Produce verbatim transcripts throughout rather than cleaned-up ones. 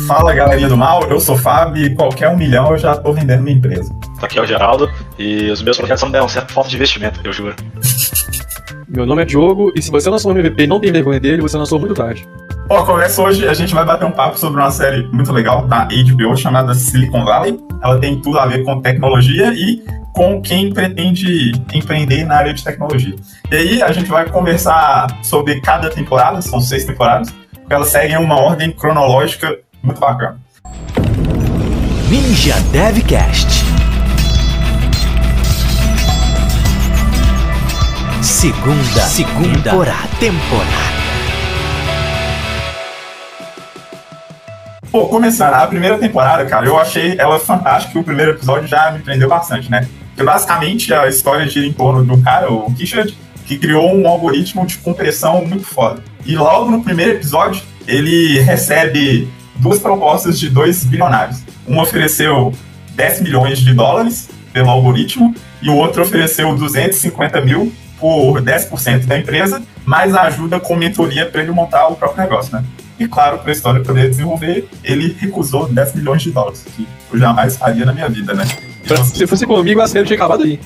Fala, galerinha do mal, eu sou o Fábio e qualquer um milhão eu já tô vendendo minha empresa. Aqui é o Geraldo e os meus projetos não deram certo por falta de investimento, eu juro. Meu nome é Diogo e se você lançou um M V P e não tem vergonha dele, você lançou muito tarde. Bom, começa hoje, a gente vai bater um papo sobre uma série muito legal da H B O chamada Silicon Valley. Ela tem tudo a ver com tecnologia e com quem pretende empreender na área de tecnologia. E aí a gente vai conversar sobre cada temporada, são seis temporadas, elas seguem uma ordem cronológica muito bacana. Ninja Devcast. Segunda, segunda temporada. temporada. Pô, começando, a primeira temporada, cara, eu achei ela fantástica e o primeiro episódio já me prendeu bastante, né? Porque basicamente a história gira em torno de um cara, o Richard, que criou um algoritmo de compressão muito foda. E logo no primeiro episódio, ele recebe duas propostas de dois bilionários. Um ofereceu dez milhões de dólares pelo algoritmo e o outro ofereceu duzentos e cinquenta mil por dez por cento da empresa, mais a ajuda com mentoria para ele montar o próprio negócio, né? E claro, para a história poder desenvolver, ele recusou dez milhões de dólares, que eu jamais faria na minha vida, né? Então, se fosse comigo, a série tinha acabado aí.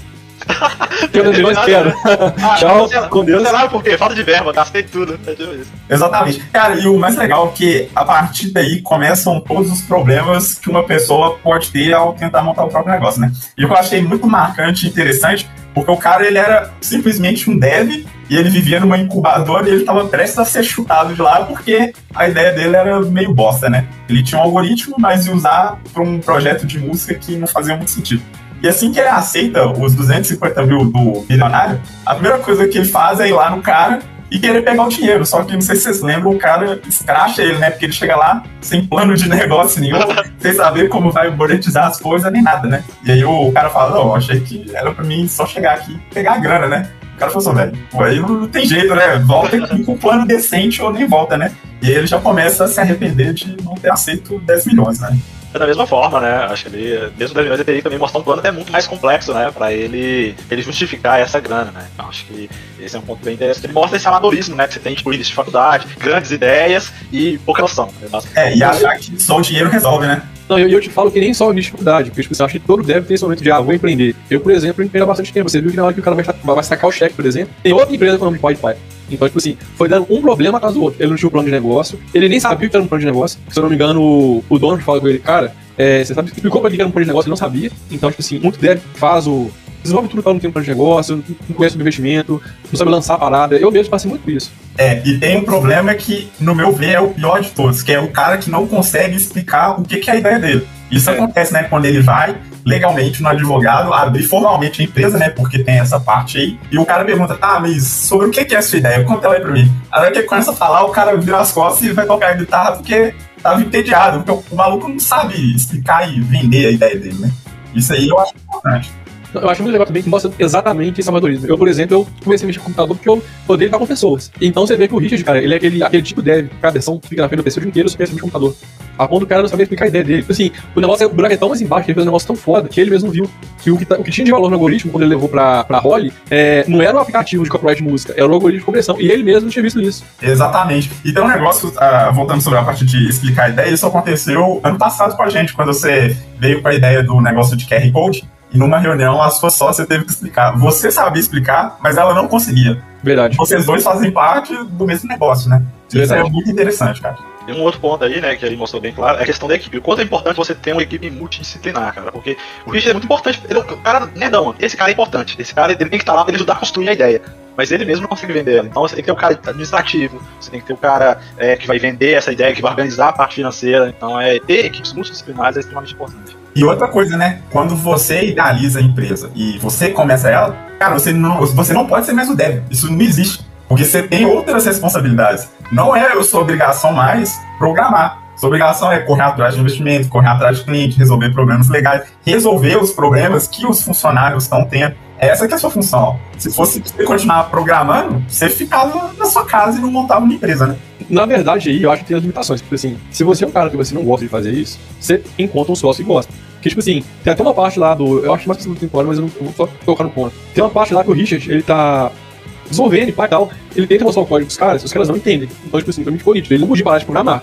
Eu não espero. Ah, Tchau, sei lá, com Deus. Sei lá por quê, falta de verba, gastei tudo. Exatamente. Cara, e o mais legal é que a partir daí começam todos os problemas que uma pessoa pode ter ao tentar montar o próprio negócio, né? E eu achei muito marcante e interessante, porque o cara, ele era simplesmente um dev e ele vivia numa incubadora e ele estava prestes a ser chutado de lá porque a ideia dele era meio bosta, né? Ele tinha um algoritmo, mas ia usar para um projeto de música que não fazia muito sentido. E assim que ele aceita os duzentos e cinquenta mil do bilionário, a primeira coisa que ele faz é ir lá no cara e querer pegar o dinheiro. Só que, não sei se vocês lembram, o cara escracha ele, né? Porque ele chega lá sem plano de negócio nenhum, sem saber como vai monetizar as coisas nem nada, né? E aí o cara fala, não, achei que era pra mim só chegar aqui e pegar a grana, né? O cara falou assim, velho, pô, aí não tem jeito, né? Volta aqui com um plano decente ou nem volta, né? E aí ele já começa a se arrepender de não ter aceito dez milhões, né? Da mesma forma, né? Acho que ele, mesmo dez milhões, ele teria que também mostrar um plano até muito mais complexo, né? Pra ele, ele justificar essa grana, né? Então, acho que esse é um ponto bem interessante. Ele mostra esse amadorismo, né? Que você tem, tipo, início de faculdade, grandes ideias e pouca noção. Né? É, e achar que só o dinheiro resolve, né? Não, eu, eu te falo que nem só o nicho de dificuldade, porque tipo, eu acho que todo deve ter esse momento de, ah, vou empreender. Eu, por exemplo, empreendo há bastante tempo. Você viu que na hora que o cara vai, vai sacar o cheque, por exemplo, tem outra empresa com o nome de pai de pai. Então, tipo assim, foi dando um problema atrás do outro. Ele não tinha um plano de negócio, ele nem sabia que era um plano de negócio. Se eu não me engano, o, o dono fala com ele, cara, é, você sabe, explicou pra ele que era um plano de negócio, ele não sabia. Então, tipo assim, muito dev faz o... desenvolve tudo para não ter um plano de negócio, não conhece o investimento, não sabe lançar a parada. Eu mesmo passei muito por isso. É, e tem um problema que, no meu ver, é o pior de todos, que é o cara que não consegue explicar o que, que é a ideia dele. Isso é. acontece, né, quando ele vai legalmente no advogado abrir formalmente a empresa, né, porque tem essa parte aí, e o cara pergunta, tá, mas sobre o que, que é a sua ideia? Conta ela aí pra mim. A hora que ele começa a falar, o cara vira as costas e vai tocar a guitarra porque tava entediado, porque o maluco não sabe explicar e vender a ideia dele, né? Isso aí eu acho importante. Eu acho muito legal também que mostra exatamente esse amadorismo. Eu, por exemplo, eu comecei a mexer com computador porque eu odeio lidar com pessoas. Então você vê que o Richard, cara, ele é aquele, aquele tipo de dev, que a versão fica na frente do P C o dia inteiro, só pensa no computador. A ponto do cara não saber explicar a ideia dele. Assim, o negócio é, o buraco é tão mais embaixo, que ele fez um negócio tão foda, que ele mesmo viu que o que, tá, o que tinha de valor no algoritmo, quando ele levou pra, pra Holly, é, não era um aplicativo de copyright de música, era um algoritmo de compressão. E ele mesmo não tinha visto isso. Exatamente. E tem um negócio, uh, voltando sobre a parte de explicar a ideia, isso aconteceu ano passado com a gente, quando você veio com a ideia do negócio de Q R Code. E numa reunião, a sua sócia teve que explicar. Você sabia explicar, mas ela não conseguia. Verdade. Vocês dois fazem parte do mesmo negócio, né? Verdade. Isso é muito interessante, cara. E um outro ponto aí, né, que ele mostrou bem claro, é a questão da equipe. O quanto é importante você ter uma equipe multidisciplinar, cara. Porque o Richard é muito importante. Ele é um cara nerdão, esse cara é importante. Esse cara, ele tem que estar lá pra ele ajudar a construir a ideia. Mas ele mesmo não consegue vender ela. Então você tem que ter o cara administrativo, você tem que ter o cara é, que vai vender essa ideia, que vai organizar a parte financeira. Então é ter equipes multidisciplinares é extremamente importante. E outra coisa, né? Quando você idealiza a empresa e você começa ela, cara, você não, você não pode ser mais o dev. Isso não existe. Porque você tem outras responsabilidades. Não é a sua obrigação mais programar. Sua obrigação é correr atrás de investimento, correr atrás de cliente, resolver problemas legais, resolver os problemas que os funcionários estão tendo. Essa que é a sua função. Se fosse você continuar programando, você ficava na sua casa e não montava uma empresa, né? Na verdade, aí eu acho que tem as limitações. Porque assim, se você é um cara que você não gosta de fazer isso, você encontra um sócio que gosta. Porque, tipo assim, tem até uma parte lá do... Eu acho mais que não tem temporada, mas eu não eu vou só tocar no ponto. Tem uma parte lá que o Richard, ele tá desenvolvendo e tal. Ele tenta mostrar o código dos caras, os caras não entendem. Então, tipo assim, pra mim ficou nítido. Ele não podia parar de programar.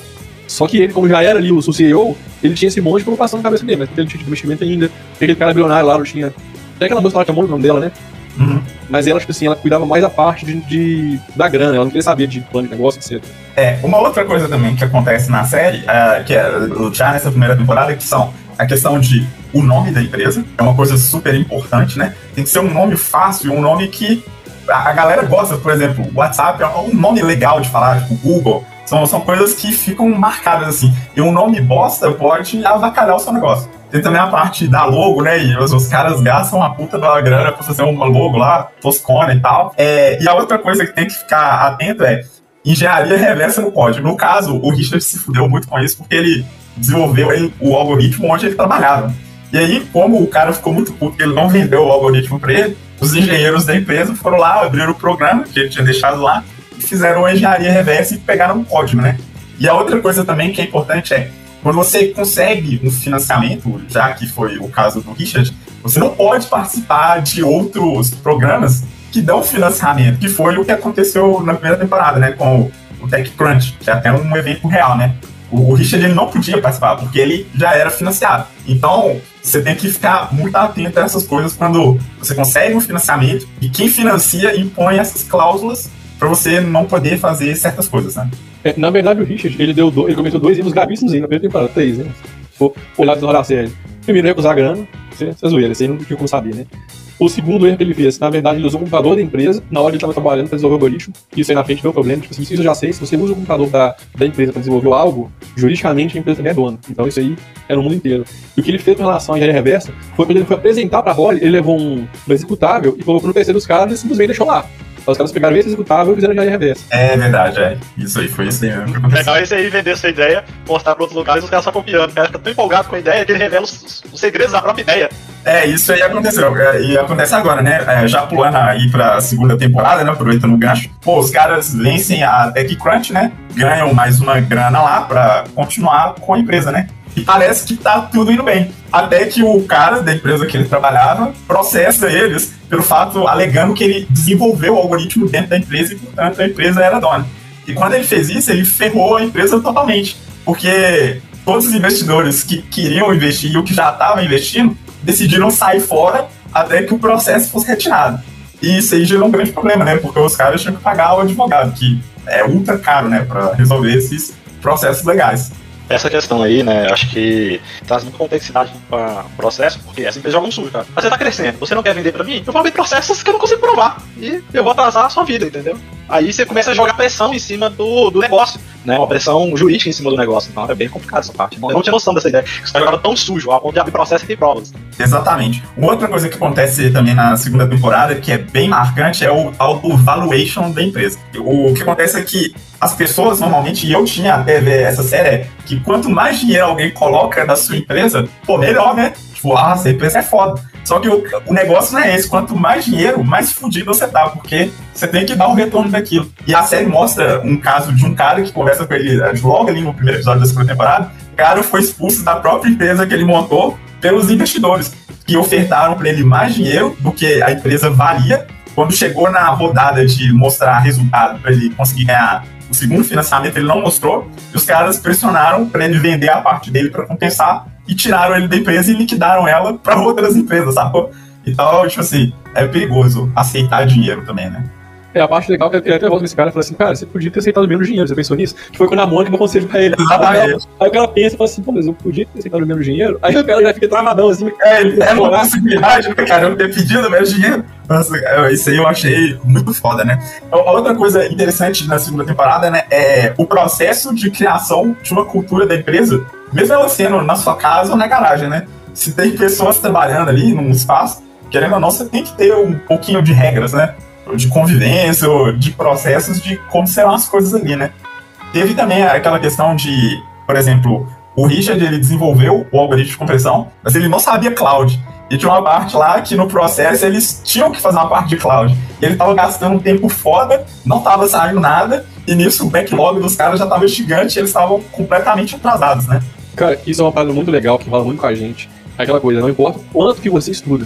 Só que ele, como já era ali o C E O, ele tinha esse monte de preocupação na cabeça dele, mas ele tinha investimento ainda, aquele cara bilionário lá, não tinha... Até aquela moça lá que é o nome dela, né? Uhum. Mas ela, tipo assim, ela cuidava mais da parte de, de, da grana, ela não queria saber de plano de negócio, etcétera. É, uma outra coisa também que acontece na série, uh, que é já nessa primeira temporada, que são a questão de o nome da empresa, é uma coisa super importante, né? Tem que ser um nome fácil, um nome que a galera gosta. Por exemplo, o WhatsApp é um nome legal de falar, tipo Google, são, são coisas que ficam marcadas assim. E um nome bosta pode avacalhar o seu negócio. Tem também a parte da logo, né? E os, os caras gastam a puta da grana pra fazer uma logo lá, toscona e tal. É, e a outra coisa que tem que ficar atento é engenharia reversa no código. No caso, o Richard se fudeu muito com isso porque ele desenvolveu ele, o algoritmo onde ele trabalhava. E aí, como o cara ficou muito puto que ele não vendeu o algoritmo pra ele, os engenheiros da empresa foram lá, abriram o programa que ele tinha deixado lá e fizeram uma engenharia reversa e pegaram o código, né? E a outra coisa também que é importante é quando você consegue um financiamento, já que foi o caso do Richard, você não pode participar de outros programas que dão financiamento, que foi o que aconteceu na primeira temporada, né, com o TechCrunch, que é até um evento real, né. O Richard ele não podia participar, porque ele já era financiado. Então, você tem que ficar muito atento a essas coisas quando você consegue um financiamento e quem financia impõe essas cláusulas para você não poder fazer certas coisas, né. É, na verdade, o Richard, ele, deu do, ele cometeu dois erros gravíssimos aí na primeira temporada, três, né? Se for olhar da série. Primeiro, recusar a grana, isso é zoeira, isso aí não tinha como saber, né? O segundo erro que ele fez, na verdade, ele usou o computador da empresa na hora que ele estava trabalhando para desenvolver o algoritmo. Isso aí na frente deu problema. Tipo assim, isso eu já sei. Se você usa o computador da, da empresa para desenvolver algo, juridicamente a empresa também é dona. Então isso aí é no mundo inteiro. E o que ele fez com relação à engenharia reversa foi quando ele foi apresentar para a Holly, ele levou um, um executável e colocou no P C dos caras e simplesmente deixou lá. Os caras pegaram esse executável e fizeram engenharia reversa. É verdade, é. Isso aí foi isso aí mesmo que aconteceu. Legal esse aí vender sua ideia, mostrar para outros lugares e os caras só copiando. O cara fica tão empolgado com a ideia que ele revela os, os segredos da própria ideia. É, isso aí aconteceu. E acontece agora, né? É, já pulando aí pra segunda temporada, né? Aproveitando o gancho. Pô, os caras vencem a TechCrunch, né? Ganham mais uma grana lá pra continuar com a empresa, né? E parece que tá tudo indo bem. Até que o cara da empresa que ele trabalhava processa eles pelo fato, alegando que ele desenvolveu o algoritmo dentro da empresa e, portanto, a empresa era dona. E quando ele fez isso, ele ferrou a empresa totalmente. Porque todos os investidores que queriam investir e o que já estavam investindo decidiram sair fora até que o processo fosse retirado. E isso aí gerou um grande problema, né? Porque os caras tinham que pagar o advogado, que é ultra caro, né? Para resolver esses processos legais. Essa questão aí, né, acho que traz muita complexidade para o processo, porque essa empresa joga um sujo, cara. Mas você tá crescendo, você não quer vender pra mim? Eu vou abrir processos que eu não consigo provar. E eu vou atrasar a sua vida, entendeu? Aí você começa a jogar pressão em cima do, do negócio, né? Uma pressão jurídica em cima do negócio. Então é bem complicado essa parte. Eu não tinha noção dessa ideia. Os caras jogaram tão sujo, a ponto de abrir processo e ter provas. Exatamente. Uma outra coisa que acontece também na segunda temporada, que é bem marcante, é o tal do valuation da empresa. O que acontece é que as pessoas, normalmente, e eu tinha até ver essa série, é que quanto mais dinheiro alguém coloca na sua empresa, pô, melhor, né? Tipo, ah, essa empresa é foda. Só que o, o negócio não é esse. Quanto mais dinheiro, mais fudido você tá, porque você tem que dar o retorno daquilo. E a série mostra um caso de um cara que conversa com ele logo ali no primeiro episódio da segunda temporada. O cara foi expulso da própria empresa que ele montou pelos investidores, que ofertaram para ele mais dinheiro do que a empresa valia. Quando chegou na rodada de mostrar resultado para ele conseguir ganhar o segundo financiamento, ele não mostrou, e os caras pressionaram para ele vender a parte dele para compensar e tiraram ele da empresa e liquidaram ela para outras empresas, sabe? Então, tipo assim, é perigoso aceitar dinheiro também, né? É, a parte legal é que ele até volta com esse cara e fala assim, cara, você podia ter aceitado menos dinheiro, você pensou nisso? Que foi quando a Mônica deu conselho pra ele. Exatamente. Aí o cara pensa e fala assim, pô, mas eu podia ter aceitado menos dinheiro? Aí o cara já fica travadão assim. É, ele é uma possibilidade, né, cara, eu ter pedido menos dinheiro. Nossa, isso aí eu achei muito foda, né? A outra coisa interessante na segunda temporada, né, é o processo de criação de uma cultura da empresa, mesmo ela sendo na sua casa ou na garagem, né? Se tem pessoas trabalhando ali num espaço, querendo ou não, você tem que ter um pouquinho de regras, né? De convivência, de processos de como serão as coisas ali, né? Teve também aquela questão de, por exemplo, o Richard, ele desenvolveu o algoritmo de compressão, mas ele não sabia cloud. E tinha uma parte lá que no processo eles tinham que fazer uma parte de cloud. E ele tava gastando um tempo foda, não tava saindo nada, e nisso o backlog dos caras já tava gigante e eles estavam completamente atrasados, né? Cara, isso é uma parada muito legal que fala muito com a gente. É aquela coisa, não importa o quanto que você estuda,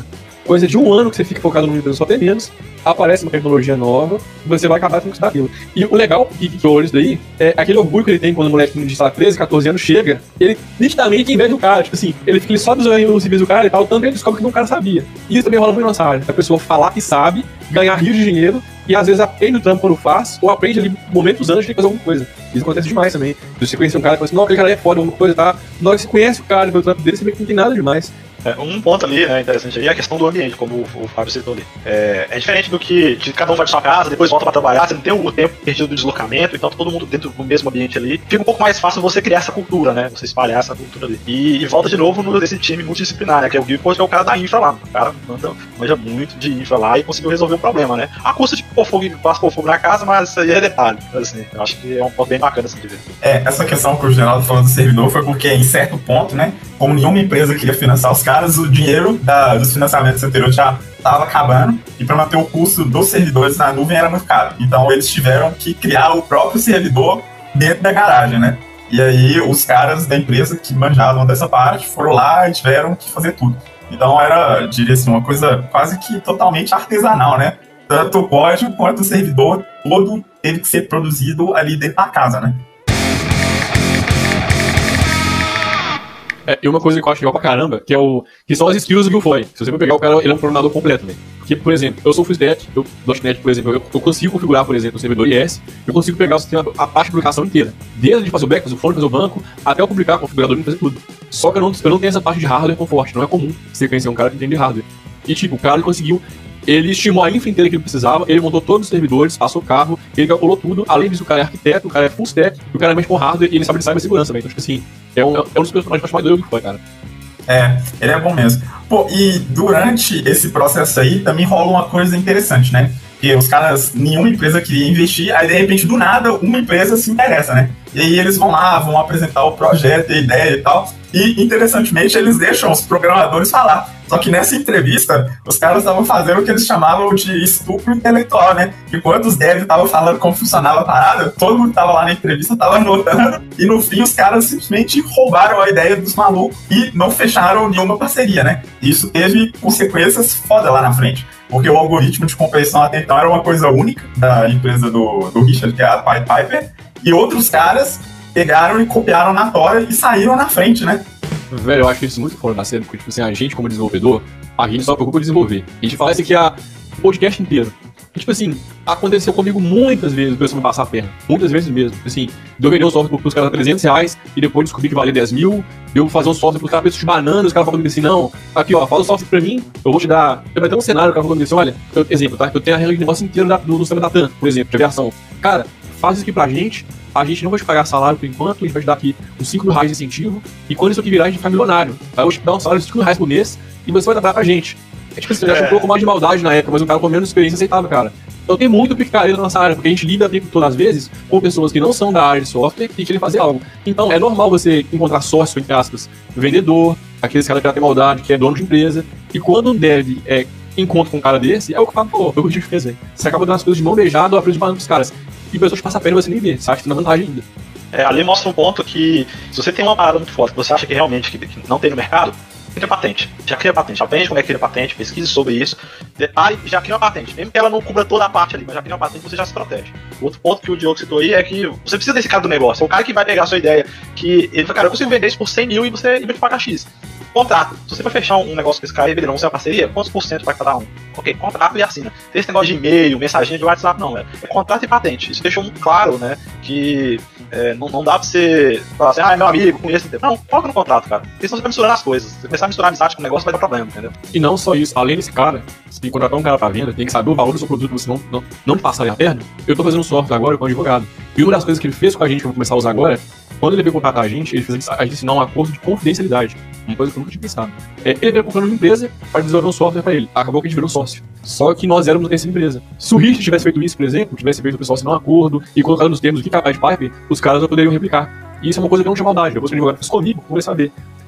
coisa de um ano que você fica focado numa empresa só até menos, aparece uma tecnologia nova, você vai acabar conquistando aquilo. E o legal que, que eu olho isso daí é aquele orgulho que ele tem quando o moleque de, sei lá, treze, catorze anos chega, ele nitidamente inveja o cara, tipo assim, ele fica ele só visualizando os civis do cara e tal, tanto que ele descobre que não cara sabia. E isso também rola muito na nossa área, a pessoa falar que sabe, ganhar rios de dinheiro, e às vezes aprende o trampo quando faz, ou aprende ali momentos antes de fazer alguma coisa. Isso acontece demais também. Se você conhecer um cara e fala assim, não, aquele cara é foda, alguma coisa, tá? Na hora que você conhece o cara, pelo trampo dele, você vê que não tem nada demais. É, um ponto ali, né, interessante aí é a questão do ambiente, como o, o Fábio citou ali. É, é diferente do que de cada um vai de sua casa, depois volta pra trabalhar, você não tem o tempo perdido do deslocamento, então todo mundo dentro do mesmo ambiente ali. Fica um pouco mais fácil você criar essa cultura, né? Você espalhar essa cultura ali. E, e volta de novo no, nesse time multidisciplinar, né? Que é o Gui, que é o cara da infra lá. O cara manda, manja muito de infra lá e conseguiu resolver o problema, né? A custa de pôr fogo, pôr fogo na casa, mas isso aí é detalhe. Assim, eu acho que é um ponto bem bacana assim de ver. É, essa questão que o Geraldo falou do servidor foi porque, em certo ponto, né? Como nenhuma empresa queria financiar os caras, o dinheiro Da, dos financiamentos anteriores já estava acabando, e para manter o custo dos servidores na nuvem era muito caro. Então eles tiveram que criar o próprio servidor dentro da garagem, né? E aí os caras da empresa que manjavam dessa parte foram lá e tiveram que fazer tudo. Então era, diria assim, uma coisa quase que totalmente artesanal, né? Tanto o código quanto o servidor todo teve que ser produzido ali dentro da casa, né? É, e uma coisa que eu acho legal pra caramba, que, é o, que são as skills do Gilfoy. Se você for pegar o cara, ele é um programador completo, né? Porque, por exemplo, eu sou full stack, eu .NET, por exemplo, eu, eu consigo configurar, por exemplo, o servidor I S, eu consigo pegar o sistema, a parte de publicação inteira. Desde fazer o back, fazer o front, fazer o banco, até eu publicar, configurador e fazer tudo. Só que eu não, eu não tenho essa parte de hardware com forte, não é comum você conhecer um cara que entende hardware. E tipo, o cara ele conseguiu, ele estimou a infra inteira que ele precisava, ele montou todos os servidores, passou o carro, ele calculou tudo. Além disso, o cara é arquiteto, o cara é full stack, o cara mexe com hardware e ele sabe de cibersegurança, velho. Então, tipo assim, é um, é um dos personagens que eu acho mais doido que foi, cara. É, ele é bom mesmo. Pô, e durante esse processo aí também rola uma coisa interessante, né? Que os caras, nenhuma empresa queria investir, aí de repente, do nada, uma empresa se interessa, né? E aí eles vão lá, vão apresentar o projeto, a ideia e tal. E, interessantemente, eles deixam os programadores falar. Só que nessa entrevista, os caras estavam fazendo o que eles chamavam de estupro intelectual, né? Enquanto os devs estavam falando como funcionava a parada, todo mundo que estava lá na entrevista estava anotando. E no fim, os caras simplesmente roubaram a ideia dos malucos e não fecharam nenhuma parceria, né? E isso teve consequências foda lá na frente. Porque o algoritmo de compreensão até então era uma coisa única da empresa do, do Richard, que é a PyPiper. E outros caras pegaram e copiaram na tora e saíram na frente, né? Velho, eu acho isso muito fora da série, porque, tipo assim, a gente, como desenvolvedor, a gente só preocupa em desenvolver. A gente fala isso aqui a podcast inteiro. E, tipo assim, aconteceu comigo muitas vezes, o pessoal me passar a perna. Muitas vezes mesmo. Assim, deu vender um software pros caras a trezentos reais e depois descobri que valia dez mil. Deu fazer um software pros caras preço de banana, os caras falando assim, não, aqui ó, faz o software pra mim, eu vou te dar. Vai ter um cenário, o cara falando assim, olha, eu, exemplo, tá? Eu tenho a regra de negócio inteiro da, do, do sistema da TAM, por exemplo, de aviação. Cara, faz isso aqui pra gente. A gente não vai te pagar salário por enquanto, a gente vai te dar aqui uns cinco mil reais de incentivo, e quando isso aqui virar, a gente fica milionário. Aí eu vou te dar um salário de cinco mil reais por mês, e você vai trabalhar pra gente. É tipo assim, eu acho um pouco mais de maldade na época, mas um cara com menos experiência aceitava, cara. Então tem muito picareta na nossa área, porque a gente lida todas as vezes com pessoas que não são da área de software e querem fazer algo. Então é normal você encontrar sócio, entre aspas, vendedor, aqueles caras que já tem maldade, que é dono de empresa, e quando um dev é, encontra com um cara desse, é o que fala, pô, foi o que a gente fez, velho. Você acaba dando as coisas de mão beijada ou aprende de banana pros caras. E pessoas que passam a perna e você nem vê, você acha que tem uma vantagem ainda. É, ali mostra um ponto que, se você tem uma parada muito forte, que você acha que realmente que, que não tem no mercado, cria patente. Já cria patente, aprende como é que cria patente, pesquise sobre isso. Detalhe, já cria uma patente. Mesmo que ela não cubra toda a parte ali, mas já cria uma patente, você já se protege. Outro ponto que o Diogo citou aí é que você precisa desse cara do negócio. É o cara que vai pegar a sua ideia, que ele fala, cara, eu consigo vender isso por cem mil e você vai te pagar X. Contrato. Se você vai fechar um negócio com esse cara e ele não ser uma parceria, quantos por cento vai cada um? Ok, contrato e assina. Tem esse negócio de e-mail, mensaginha de WhatsApp, não, é. É contrato e patente. Isso deixou muito claro, né, que é, não, não dá pra você falar assim, ah, é meu amigo, conheço. Não, coloca no contrato, cara. Porque senão você vai misturando as coisas. Se você começar a misturar amizade com o negócio, vai dar problema, entendeu? E não só isso, além desse cara, se contratar um cara pra venda, tem que saber o valor do seu produto, você não, não, não passar a perna. Eu tô fazendo um software agora com um advogado. E uma das coisas que ele fez com a gente, que eu vou começar a usar agora, quando ele veio contratar a gente, ele fez a gente assinar um acordo de confidencialidade. Uma coisa que eu nunca tinha pensado. É, ele veio comprando uma empresa para desenvolver um software para ele. Acabou que a gente virou sócio. Só que nós éramos essa empresa. Se o Richard tivesse feito isso, por exemplo, tivesse feito o pessoal assinar um acordo e colocado nos termos do que é a PyPiper, os caras não poderiam replicar. E isso é uma coisa que não tinha maldade. Depois que o advogado fez comigo, eu comecei a saber.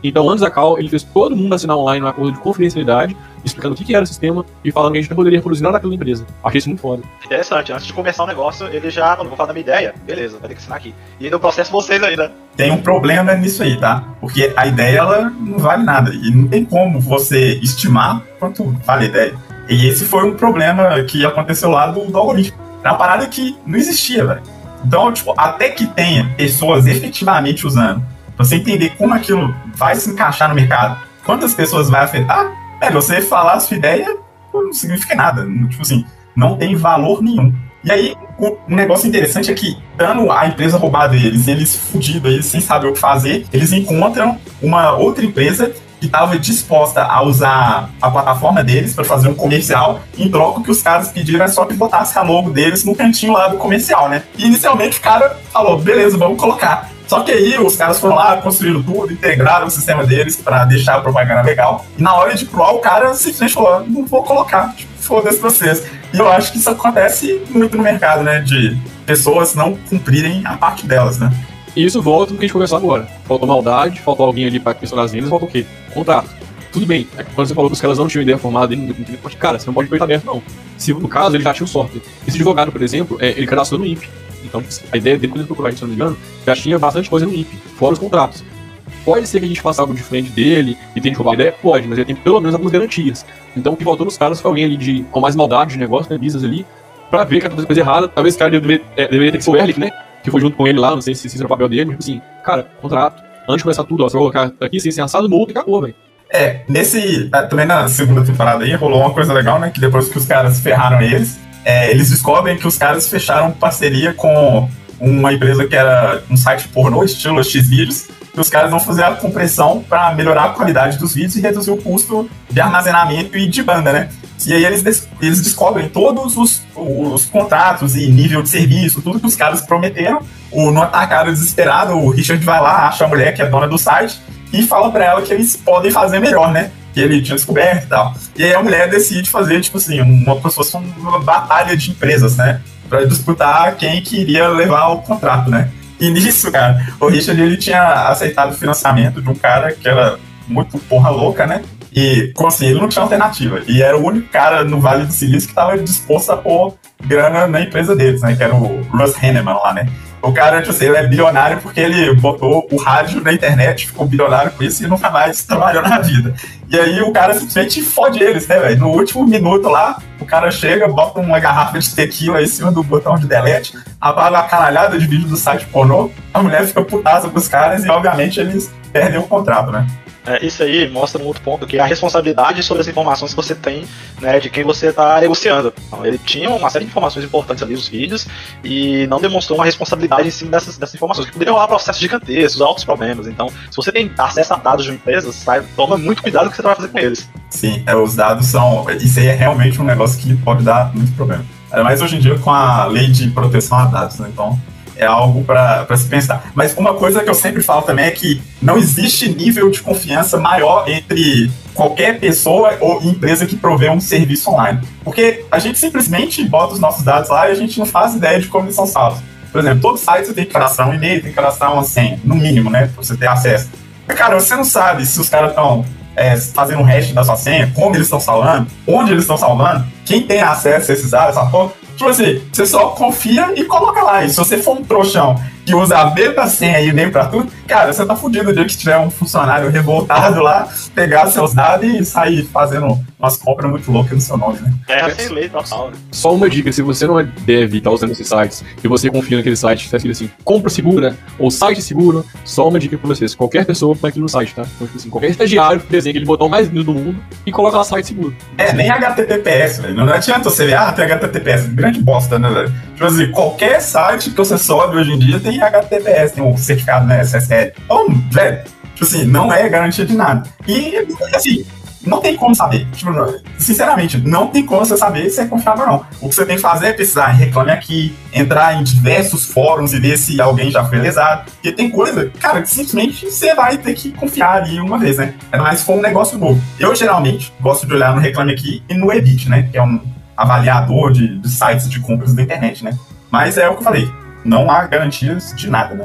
Então, antes da call, ele fez todo mundo assinar online um acordo de confidencialidade, explicando o que, que era o sistema e falando que a gente não poderia reproduzir nada daquela empresa. Achei isso muito foda. Interessante, antes de começar o negócio, ele já, quando vou falar da minha ideia, beleza, vai ter que assinar aqui. E ainda eu processo vocês ainda. Tem um problema nisso aí, tá? Porque a ideia, ela não vale nada. E não tem como você estimar quanto vale a ideia. E esse foi um problema que aconteceu lá do, do algoritmo. Era uma parada que não existia, velho. Então, tipo, até que tenha pessoas efetivamente usando, pra você entender como aquilo vai se encaixar no mercado, quantas pessoas vai afetar, é, você falar a sua ideia não significa nada. Tipo assim, não tem valor nenhum. E aí, o um negócio interessante é que, dando a empresa roubada eles, eles fudidos, eles sem saber o que fazer, eles encontram uma outra empresa que estava disposta a usar a plataforma deles para fazer um comercial, em troca que os caras pediram é só que botasse a logo deles no cantinho lá do comercial, né? E inicialmente o cara falou, beleza, vamos colocar. Só que aí os caras foram lá, construíram tudo, integraram o sistema deles para deixar a propaganda legal. E na hora de proar, o cara simplesmente falou, não vou colocar, tipo, foda-se pra vocês. E eu acho que isso acontece muito no mercado, né? De pessoas não cumprirem a parte delas, né? E isso volta no que a gente conversou agora. Faltou maldade, faltou alguém ali pra questionar as vendas, faltou o quê? Contrato. Tudo bem, é quando você falou que os caras não tinham ideia formada, ele, cara, você não pode perder aberto, não. Se no caso ele já tinha o software. Esse advogado, por exemplo, é, ele cadastrou no I N P. Então a ideia dele, quando ele procurar, se não me engano, já tinha bastante coisa no I N P, fora os contratos. Pode ser que a gente faça algo diferente dele e tente roubar a ideia? Pode, mas ele tem pelo menos algumas garantias. Então o que faltou nos caras foi alguém ali de, com mais maldade de negócio, né, business ali, pra ver que aconteceu coisa errada. Talvez esse cara deveria, é, deveria ter que ser o Erlich, né? Que foi junto com ele lá, não sei se isso era o papel dele, mas assim, cara, contrato, antes de começar tudo, ó, você vai colocar aqui, sem ser assado, multa e acabou, velho. É, nesse, também na segunda temporada aí, rolou uma coisa legal, né, que depois que os caras ferraram eles, é, eles descobrem que os caras fecharam parceria com uma empresa que era um site pornô, estilo Xvideos, e os caras vão fazer a compressão para melhorar a qualidade dos vídeos e reduzir o custo de armazenamento e de banda, né? E aí eles, des- eles descobrem todos os, os contratos e nível de serviço, tudo que os caras prometeram. O, no atacado desesperado, o Richard vai lá, acha a mulher que é dona do site e fala pra ela que eles podem fazer melhor, né? Que ele tinha descoberto e tal. E aí a mulher decide fazer, tipo assim, uma, como se fosse uma batalha de empresas, né? Pra disputar quem queria levar o contrato, né? E nisso, cara, o Richard, ele tinha aceitado o financiamento de um cara que era muito porra louca, né? E, como assim, ele não tinha alternativa. E era o único cara no Vale do Silício que estava disposto a pôr grana na empresa deles, né? Que era o Russ Henneman lá, né? O cara, tipo assim, ele é bilionário porque ele botou o rádio na internet, ficou bilionário com isso e nunca mais trabalhou na vida. E aí o cara simplesmente fode eles, né, velho? No último minuto lá, o cara chega, bota uma garrafa de tequila em cima do botão de delete, apaga a caralhada de vídeo do site pornô, a mulher fica putaça pros caras e, obviamente, eles perdem o contrato, né? É, isso aí mostra um outro ponto, que é a responsabilidade sobre as informações que você tem, né, de quem você está negociando. Então, ele tinha uma série de informações importantes ali nos vídeos e não demonstrou uma responsabilidade em cima dessas, dessas informações, que poderiam rolar processos gigantescos, altos problemas. Então, se você tem acesso a dados de uma empresa, sai, toma muito cuidado com o que você vai fazer com eles. Sim, é, os dados são... Isso aí é realmente um negócio que pode dar muito problema. Ainda mais hoje em dia com a lei de proteção a dados, né? Então... é algo para se pensar. Mas uma coisa que eu sempre falo também é que não existe nível de confiança maior entre qualquer pessoa ou empresa que provê um serviço online. Porque a gente simplesmente bota os nossos dados lá e a gente não faz ideia de como eles são salvos. Por exemplo, todo site você tem que cadastrar um e-mail, tem que cadastrar uma senha, no mínimo, né? Pra você ter acesso. Mas, cara, você não sabe se os caras estão é, fazendo um hash da sua senha, como eles estão salvando, onde eles estão salvando, quem tem acesso a esses dados, essa porra. Tipo assim, você só confia e coloca lá. E se você for um trouxão que usa a mesma senha e nem pra tudo, cara, você tá fudido o dia que tiver um funcionário revoltado lá, pegar seus dados e sair fazendo umas compras muito loucas no seu nome, né? É, sem lei total, né? Só uma dica, se você não é dev e tá usando esses sites, e você confia naquele site que tá escrito assim, compra segura, ou site seguro, só uma dica pra vocês. Qualquer pessoa põe aquilo no site, tá? Então, tipo assim, qualquer estagiário desenha aquele botão mais lindo do mundo e coloca lá site seguro. É, nem H T T P S, velho. Não adianta você ver, ah, tem H T T P S. Grande bosta, né, velho? Tipo assim, qualquer site que você sobe hoje em dia tem H T T P S, tem um certificado, né, S S L. Então, velho, tipo assim, não é garantia de nada. E, assim, não tem como saber. Tipo, sinceramente, não tem como você saber se é confiável ou não. O que você tem que fazer é precisar reclame aqui, entrar em diversos fóruns e ver se alguém já foi lesado. Porque tem coisa, cara, que simplesmente você vai ter que confiar ali uma vez, né? Ainda mais se for um negócio novo. Eu, geralmente, gosto de olhar no Reclame Aqui e no Ebit, né? Que é um avaliador de, de sites de compras da internet, né? Mas é o que eu falei, não há garantias de nada, né?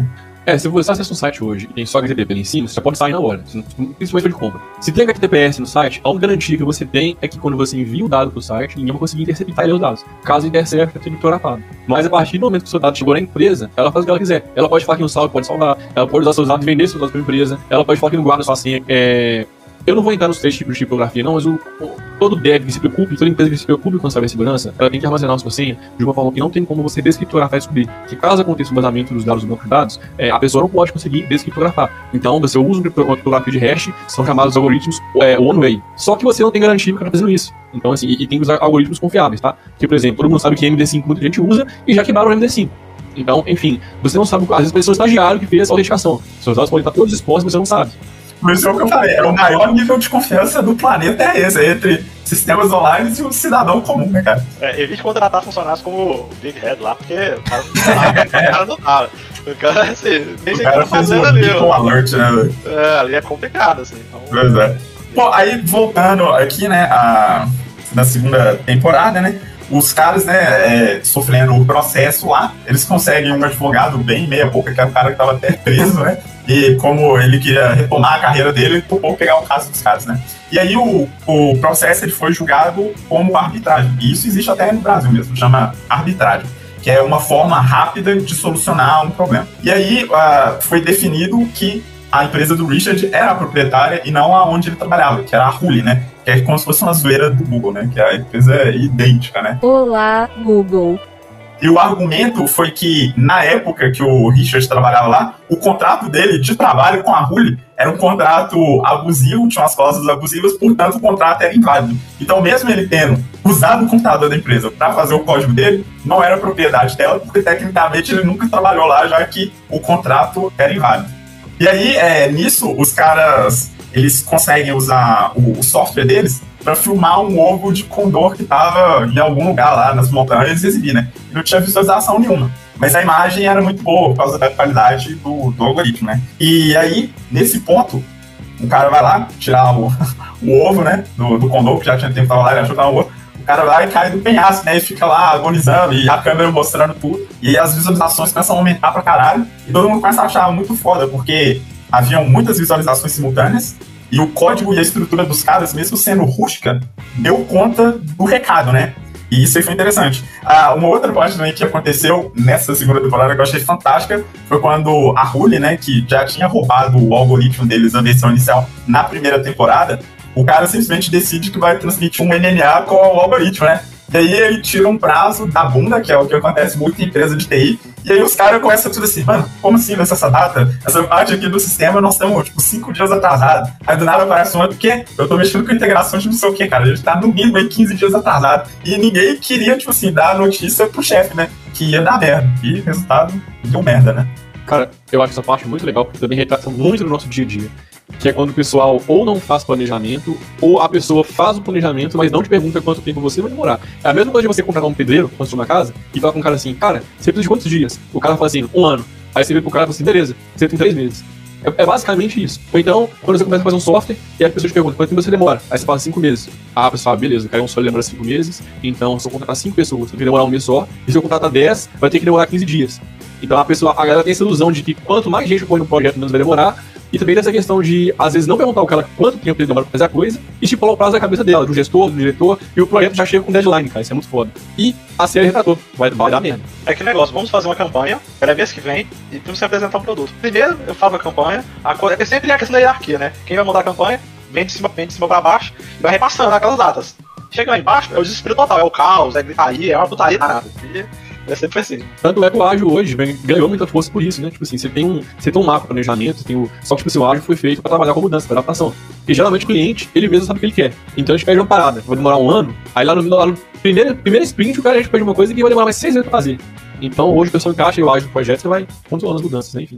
É, se você acessa um site hoje e tem só H T T P ali em cima, você já pode sair na hora, principalmente de compra. Se tem H T T P S no site, a única garantia que você tem é que quando você envia o dado pro site, ninguém vai conseguir interceptar os dados. Caso intercepte, é tudo criptografado. Mas a partir do momento que o seu dado chegou na empresa, ela faz o que ela quiser. Ela pode falar que no saldo pode salvar, ela pode usar seus dados e vender seus dados para a empresa, ela pode falar que não guarda sua senha. É... Eu não vou entrar nos três tipos de criptografia, não, mas o, o, todo dev que se preocupe, toda empresa que se preocupe com cibersegurança, ela tem que armazenar a sua senha de uma forma que não tem como você descriptografar e descobrir. Que caso aconteça o vazamento dos dados do banco de dados, é, a pessoa não pode conseguir descriptografar. Então, você usa uma criptografia de hash, são chamados algoritmos é, one-way. Só que você não tem garantia que está fazendo isso. Então, assim, e, e tem que usar algoritmos confiáveis, tá? Porque, por exemplo, todo mundo sabe que M D cinco muita gente usa e já quebraram o M D cinco. Então, enfim, você não sabe, às vezes, a pessoa estagiário que fez a autenticação. Seus dados podem estar todos expostos, mas você não sabe. Por isso é o que eu falei, é o maior nível de confiança do planeta é esse, é entre sistemas online e o cidadão comum, né, cara? É, evite contratar funcionários como Big Head lá, porque o cara não dá, o cara não dá. O cara, assim, nem sei o que tá fazendo ali. Um alert, né? É, ali é complicado, assim. Então... Pois é. Bom, aí voltando aqui, né, a, na segunda temporada, né, os caras, né, é, sofrendo o processo lá, eles conseguem um advogado bem meia boca, que era o cara que tava até preso, né? E como ele queria retomar a carreira dele, ele topou pegar o caso dos caras, né? E aí o, o processo ele foi julgado como arbitragem. E isso existe até no Brasil mesmo, chama arbitragem, que é uma forma rápida de solucionar um problema. E aí uh, foi definido que a empresa do Richard era a proprietária e não aonde ele trabalhava, que era a Huli, né? Que é como se fosse uma zoeira do Google, né? Que a empresa é idêntica, né? Olá, Google. E o argumento foi que, na época que o Richard trabalhava lá, o contrato dele de trabalho com a Huli era um contrato abusivo, tinha umas cláusulas abusivas, portanto o contrato era inválido. Então, mesmo ele tendo usado o computador da empresa para fazer o código dele, não era propriedade dela, porque tecnicamente ele nunca trabalhou lá, já que o contrato era inválido. E aí, é, nisso, os caras, eles conseguem usar o, o software deles para filmar um ovo de condor que tava em algum lugar lá nas montanhas e exibir, né? E não tinha visualização nenhuma. Mas a imagem era muito boa por causa da qualidade do, do algoritmo, né? E aí, nesse ponto, o cara vai lá tirar o, o ovo, né? Do, do condor, que já tinha tempo que tava lá, ele achou que tava um ovo. O cara vai e cai do penhasco, né? E fica lá agonizando, e a câmera mostrando tudo. E aí as visualizações começam a aumentar pra caralho. E todo mundo começa a achar muito foda, porque haviam muitas visualizações simultâneas. E o código e a estrutura dos caras, mesmo sendo rústica, deu conta do recado, né? E isso aí foi interessante. Ah, uma outra parte também que aconteceu nessa segunda temporada que eu achei fantástica foi quando a Huli, né, que já tinha roubado o algoritmo deles na versão inicial na primeira temporada, o cara simplesmente decide que vai transmitir um N N A com o algoritmo, né? E aí ele tira um prazo da bunda, que é o que acontece muito em empresa de T I, e aí os caras começam tudo assim, mano, como assim nessa data? Essa parte aqui do sistema nós estamos, tipo, cinco dias atrasados. Aí do nada aparece um outro, porque eu tô mexendo com integração de não sei o que, cara, a gente tá no mínimo aí quinze dias atrasado. E ninguém queria, tipo assim, dar a notícia pro chefe, né, que ia dar merda. E o resultado deu merda, né? Cara, eu acho essa parte muito legal, porque também retrata muito do nosso dia a dia. Que é quando o pessoal ou não faz planejamento, ou a pessoa faz o planejamento, mas não te pergunta quanto tempo você vai demorar. É a mesma coisa de você contratar um pedreiro, construir uma casa, e falar com um cara assim, cara, você precisa de quantos dias? O cara fala assim, um ano. Aí você vê pro cara e fala assim, beleza, você tem três meses. É, é basicamente isso. Ou então, quando você começa a fazer um software, e a pessoa te pergunta, quanto tempo você demora? Aí você fala cinco meses. Ah, a pessoa fala, beleza, o cara só demora cinco meses, então se eu contratar cinco pessoas, vai ter que demorar um mês só, e se eu contratar dez, vai ter que demorar quinze dias. Então a pessoa, a galera tem essa ilusão de que quanto mais gente põe no projeto, menos vai demorar. E também dessa questão de, às vezes, não perguntar ao cara quanto tempo ele demora pra fazer a coisa e estipular o prazo da cabeça dela, do gestor, do diretor, e o projeto já chega com deadline, cara. Isso é muito foda. E a série retratou. Vai, vai dar merda. É que negócio, vamos fazer uma campanha, era mês que vem, e vamos apresentar um produto. Primeiro, eu falo a campanha, a co... é sempre a questão da hierarquia, né? Quem vai montar a campanha, vem de cima, vem de cima pra baixo, e vai repassando aquelas datas. Chega lá embaixo, é o desespero total, é o caos, é gritaria, é uma putaria danada. E é sempre assim. Tanto é que o ágil hoje ganhou muita força por isso, né? Tipo assim, você tem um, você tem um macro planejamento, tem o... só que tipo assim, o ágil foi feito pra trabalhar com mudança, pra adaptação. Porque geralmente o cliente, ele mesmo sabe o que ele quer. Então a gente pede uma parada, vai demorar um ano, aí lá no, lá no primeiro, primeiro sprint o cara a gente pede uma coisa que vai demorar mais seis meses pra fazer. Então hoje o pessoal encaixa e o ágil do projeto, você vai controlando as mudanças, né? Enfim.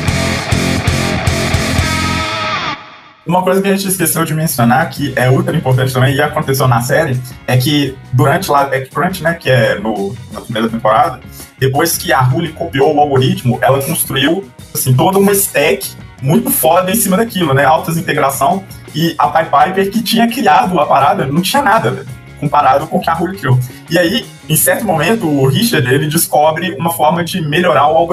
Uma coisa que a gente esqueceu de mencionar, que é ultra importante também, e aconteceu na série, é que durante lá a TechCrunch, né, que é no, na primeira temporada, depois que a Huli copiou o algoritmo, ela construiu, assim, toda uma stack muito foda em cima daquilo, né, altas integração, e a PyPiper, que tinha criado a parada, não tinha nada, né, comparado com o que a Huli criou. E aí, em certo momento, o Richard, ele descobre uma forma de melhorar o algoritmo.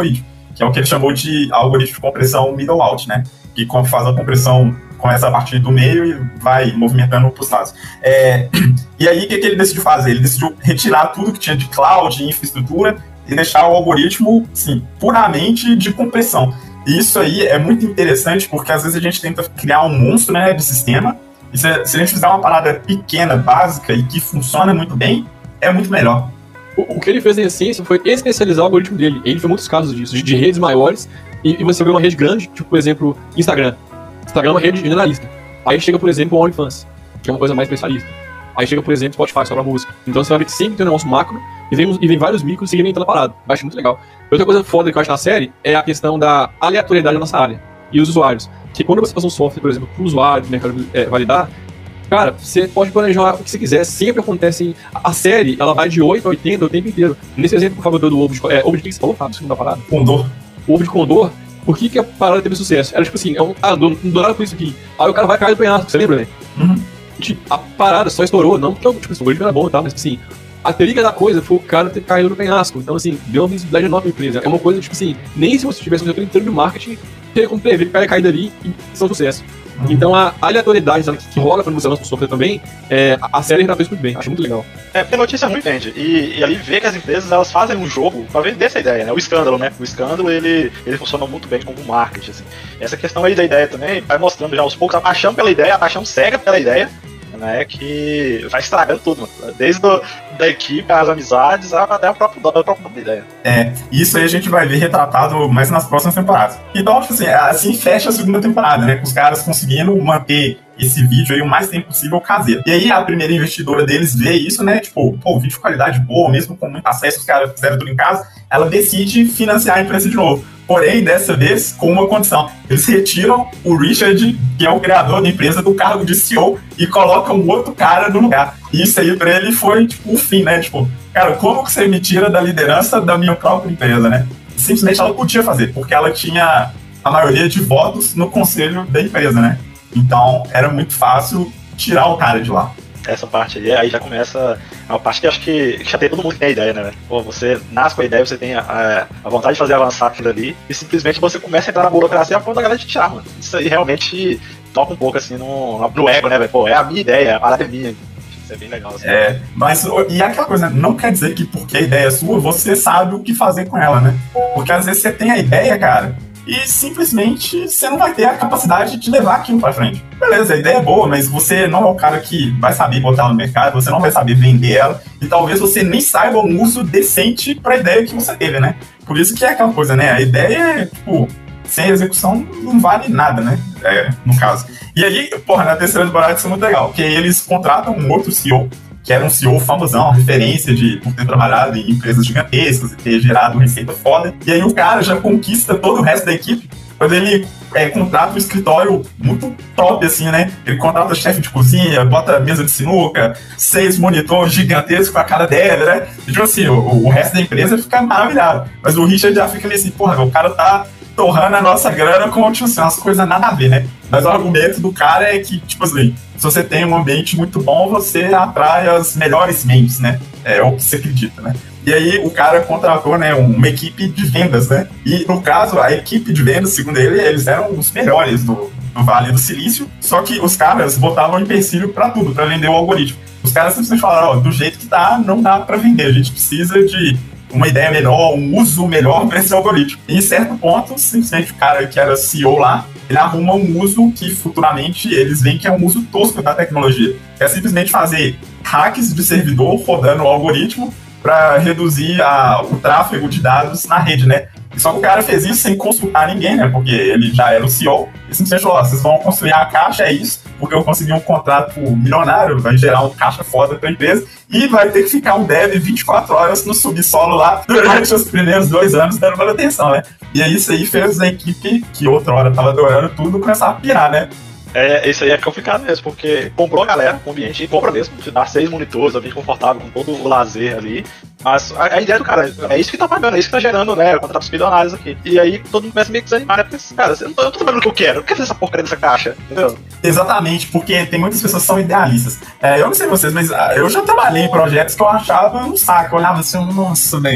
que é o que ele chamou de algoritmo de compressão middle-out, né? Que faz a compressão, começa a partir do meio e vai movimentando para os lados. É, e aí, o que, que ele decidiu fazer? Ele decidiu retirar tudo que tinha de cloud, infraestrutura, e deixar o algoritmo, assim, puramente de compressão. E isso aí é muito interessante, porque às vezes a gente tenta criar um monstro, né, de sistema, e se, se a gente fizer uma parada pequena, básica, e que funciona muito bem, é muito melhor. O, o que ele fez em essência foi especializar o algoritmo dele. Ele fez muitos casos disso, de, de redes maiores, e, e você vê uma rede grande, tipo, por exemplo, Instagram. Instagram é uma rede generalista. Aí chega, por exemplo, o OnlyFans, que é uma coisa mais especialista. Aí chega, por exemplo, Spotify, só pra música. Então você vai ver que sempre tem um negócio macro, e vem, e vem vários micros segmentando a parada. Eu acho muito legal. Outra coisa foda que eu acho na série é a questão da aleatoriedade da nossa área. E os usuários. Que quando você faz um software, por exemplo, pro usuário, do mercado é, validar, cara, você pode planejar o que você quiser, sempre acontece. A série, ela vai de oito a oitenta o tempo inteiro. Nesse exemplo, por favor, do ovo de... É, ovo de que você falou, Fábio? Segunda parada? Condor. O ovo de Condor, por que, que a parada teve sucesso? Era tipo assim, é um, ah, não dou nada com isso aqui. Aí o cara vai cair do penhasco, você lembra, né? Uhum. A parada só estourou, não porque tipo, o algoritmo era bom e tal, mas assim, a teoria da coisa foi o cara ter caído no penhasco. Então, assim, deu uma visibilidade enorme pra empresa. É uma coisa, tipo assim, nem se você tivesse um setor inteiro de marketing, teria como prever que o cara ia cair dali e ser um sucesso. Uhum. Então, a aleatoriedade sabe, que rola quando você lança um software também, é, a série retratou isso muito bem. Acho muito legal. É, porque a notícia não vende. E, e ali vê que as empresas, elas fazem um jogo pra vender essa ideia, né? O escândalo, né? O escândalo, ele, ele funciona muito bem como marketing, assim. Essa questão aí da ideia também vai mostrando já aos poucos a paixão pela ideia, a paixão cega pela ideia, né, que vai estragando tudo, mano. Desde do, da equipe, as amizades, até a própria, a própria nome da ideia. É, isso aí a gente vai ver retratado mais nas próximas temporadas. Então, tipo assim, assim fecha a segunda temporada, né, com os caras conseguindo manter esse vídeo aí o mais tempo possível caseiro. E aí a primeira investidora deles vê isso, né, tipo, pô, vídeo de qualidade boa, mesmo com muito acesso, os caras fizeram tudo em casa, ela decide financiar a empresa de novo. Porém, dessa vez, com uma condição. Eles retiram o Richard, que é o criador da empresa, do cargo de C E O e colocam outro cara no lugar. E isso aí pra ele foi, tipo, o fim, né? Tipo, cara, como que você me tira da liderança da minha própria empresa, né? Simplesmente ela podia fazer, porque ela tinha a maioria de votos no conselho da empresa, né? Então, era muito fácil tirar o cara de lá. Essa parte aí, aí já começa uma parte que eu acho que já tem todo mundo que tem a ideia, né? Pô, você nasce com a ideia, você tem a, a vontade de fazer avançar aquilo ali, e simplesmente você começa a entrar na burocracia a ponto da galera te tirar, mano. Isso aí realmente toca um pouco assim no, no ego, né, velho? Pô, é a minha ideia, a parada é minha. Isso é bem legal. Assim. É, mas, e aquela coisa, né? Não quer dizer que porque a ideia é sua, você sabe o que fazer com ela, né? Porque às vezes você tem a ideia, cara, e simplesmente você não vai ter a capacidade de levar aquilo pra frente. Beleza, a ideia é boa, mas você não é o cara que vai saber botar ela no mercado, você não vai saber vender ela, e talvez você nem saiba um uso decente pra ideia que você teve, né? Por isso que é aquela coisa, né? A ideia é, tipo, sem execução não vale nada, né? É, no caso. E aí, porra, na terceira temporada isso é muito legal, porque eles contratam um outro C E O, que era um C E O famosão, referência de por ter trabalhado em empresas gigantescas e ter gerado receita foda. E aí o cara já conquista todo o resto da equipe quando ele é, contrata um escritório muito top, assim, né? Ele contrata chefe de cozinha, bota mesa de sinuca, seis monitores gigantescos com a cara dela, né? E tipo assim, o, o resto da empresa fica maravilhado. Mas o Richard já fica meio assim, porra, o cara tá torrando a nossa grana com, tipo assim, umas coisas nada a ver, né? Mas o argumento do cara é que, tipo assim, se você tem um ambiente muito bom, você atrai as melhores mentes, né? É o que você acredita, né? E aí o cara contratou, né, uma equipe de vendas, né? E no caso, a equipe de vendas, segundo ele, eles eram os melhores do, do Vale do Silício, só que os caras botavam empecilho pra tudo, pra vender o algoritmo. Os caras simplesmente falaram, ó, do jeito que tá, não dá pra vender, a gente precisa de uma ideia melhor, um uso melhor para esse algoritmo. E em certo ponto, simplesmente o cara que era C E O lá, ele arruma um uso que futuramente eles veem que é um uso tosco da tecnologia. É simplesmente fazer hacks de servidor rodando o algoritmo para reduzir a, o tráfego de dados na rede, né? Só que o cara fez isso sem consultar ninguém, né? Porque ele já era o C E O. E simplesmente falou, ó, vocês vão construir a caixa, é isso, porque eu consegui um contrato milionário, vai gerar um caixa foda pra empresa, e vai ter que ficar um dev vinte e quatro horas no subsolo lá durante os primeiros dois anos dando manutenção, né? E aí isso aí fez a equipe, que outra hora tava adorando tudo, começar a pirar, né? É, isso aí é complicado mesmo, porque comprou a galera, o ambiente, e compra mesmo, te dá seis monitores, ambiente confortável, com todo o lazer ali. Mas a, a ideia do cara, é isso que tá pagando, é isso que tá gerando, né, contratos bilionários aqui. E aí todo mundo começa meio que desanimar, né, porque, cara, eu não tô, eu tô trabalhando o que eu quero, eu quero fazer essa porcaria dessa caixa, entendeu? Exatamente, porque tem muitas pessoas que são idealistas. É, eu não sei vocês, mas eu já trabalhei em projetos que eu achava um saco, eu olhava assim, nossa, velho,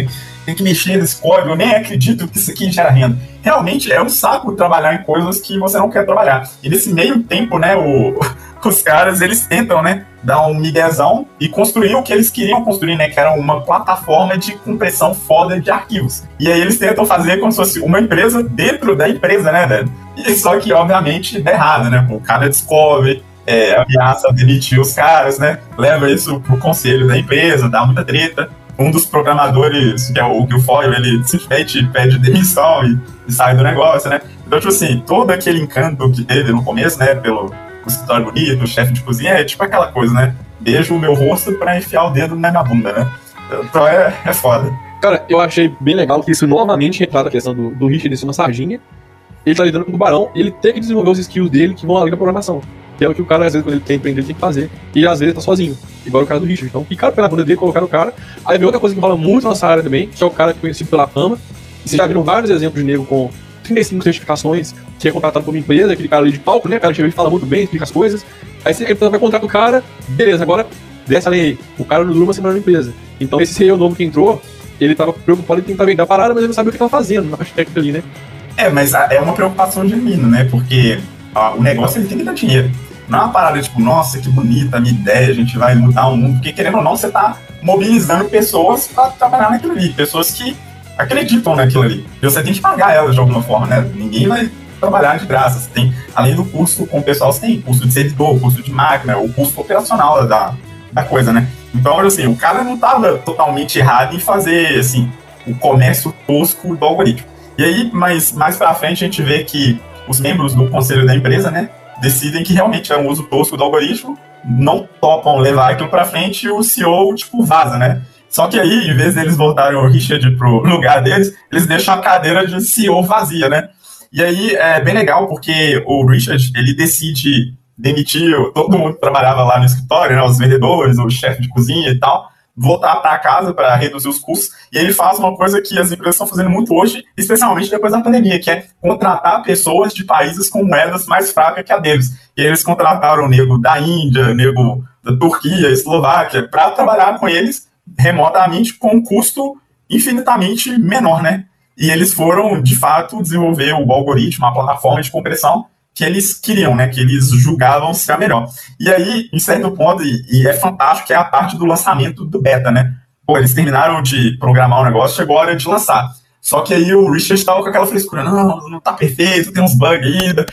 tem que mexer nesse código, eu nem acredito que isso aqui gera renda. Realmente é um saco trabalhar em coisas que você não quer trabalhar. E nesse meio tempo, né, o, os caras, eles tentam, né, dar um miguezão e construir o que eles queriam construir, né, que era uma plataforma de compressão foda de arquivos. E aí eles tentam fazer como se fosse uma empresa dentro da empresa, né, velho? E só que, obviamente, dá errado, né? O cara descobre, é, ameaça demitir os caras, né? Leva isso pro conselho da empresa, dá muita treta. Um dos programadores, que é o Guilfoyle, ele simplesmente pede demissão e, e sai do negócio, né? Então, tipo assim, todo aquele encanto que teve no começo, né? Pelo escritório bonito, o chefe de cozinha, é tipo aquela coisa, né? Beijo o meu rosto pra enfiar o dedo na minha bunda, né? Então é, é foda. Cara, eu achei bem legal que isso novamente retrata a questão do, do Richard ser uma sardinha. Ele tá lidando com o tubarão e ele tem que desenvolver os skills dele que vão além da programação. Que é o que o cara, às vezes, quando ele quer empreender, ele tem que fazer. E às vezes tá sozinho. Igual o cara do Richard. Então, ficaram pela bunda dele, colocaram o cara. Aí vem outra coisa que rola muito na nossa área também, que é o cara que é conhecido pela fama. E vocês já viram vários exemplos de nego com trinta e cinco certificações, que é contratado por uma empresa, aquele cara ali de palco, né? O cara chega e fala muito bem, explica as coisas. Aí você vai contratar o cara, beleza, agora desce a lei aí. O cara não dura uma semana na empresa. Então, esse C E O novo que entrou, ele tava preocupado em tentar vender a parada, mas ele não sabia o que tava fazendo na parte técnica ali, né? É, mas é uma preocupação genuína, né? Porque ó, o negócio ele tem que dar dinheiro. Não é uma parada tipo, nossa, que bonita a minha ideia, a gente vai mudar o mundo. Porque, querendo ou não, você tá mobilizando pessoas pra trabalhar naquilo ali. Pessoas que acreditam naquilo ali. E você tem que pagar elas de alguma forma, né? Ninguém vai trabalhar de graça. Você tem, além do custo com o pessoal, você tem custo de servidor, custo de máquina, o custo operacional da, da coisa, né? Então, assim, o cara não tava totalmente errado em fazer, assim, o comércio tosco do algoritmo. E aí, mais, mais pra frente, a gente vê que os membros do conselho da empresa, né, decidem que realmente é um uso tosco do algoritmo, não topam levar aquilo pra frente e o C E O, tipo, vaza, né? Só que aí, em vez deles voltarem o Richard pro lugar deles, eles deixam a cadeira de C E O vazia, né? E aí, é bem legal, porque o Richard, ele decide demitir todo mundo que trabalhava lá no escritório, né, os vendedores, o chefe de cozinha e tal, voltar para casa para reduzir os custos, e ele faz uma coisa que as empresas estão fazendo muito hoje, especialmente depois da pandemia, que é contratar pessoas de países com moedas mais fracas que a deles. E eles contrataram o nego da Índia, o nego da Turquia, Eslováquia, para trabalhar com eles remotamente com um custo infinitamente menor, né? E eles foram, de fato, desenvolver o algoritmo, a plataforma de compressão que eles queriam, né, que eles julgavam ser a melhor. E aí, em certo ponto, e, e é fantástico, que é a parte do lançamento do beta, né? Pô, eles terminaram de programar o negócio, chegou a hora de lançar. Só que aí o Richard estava com aquela frescura, não, não tá perfeito, tem uns bugs ainda,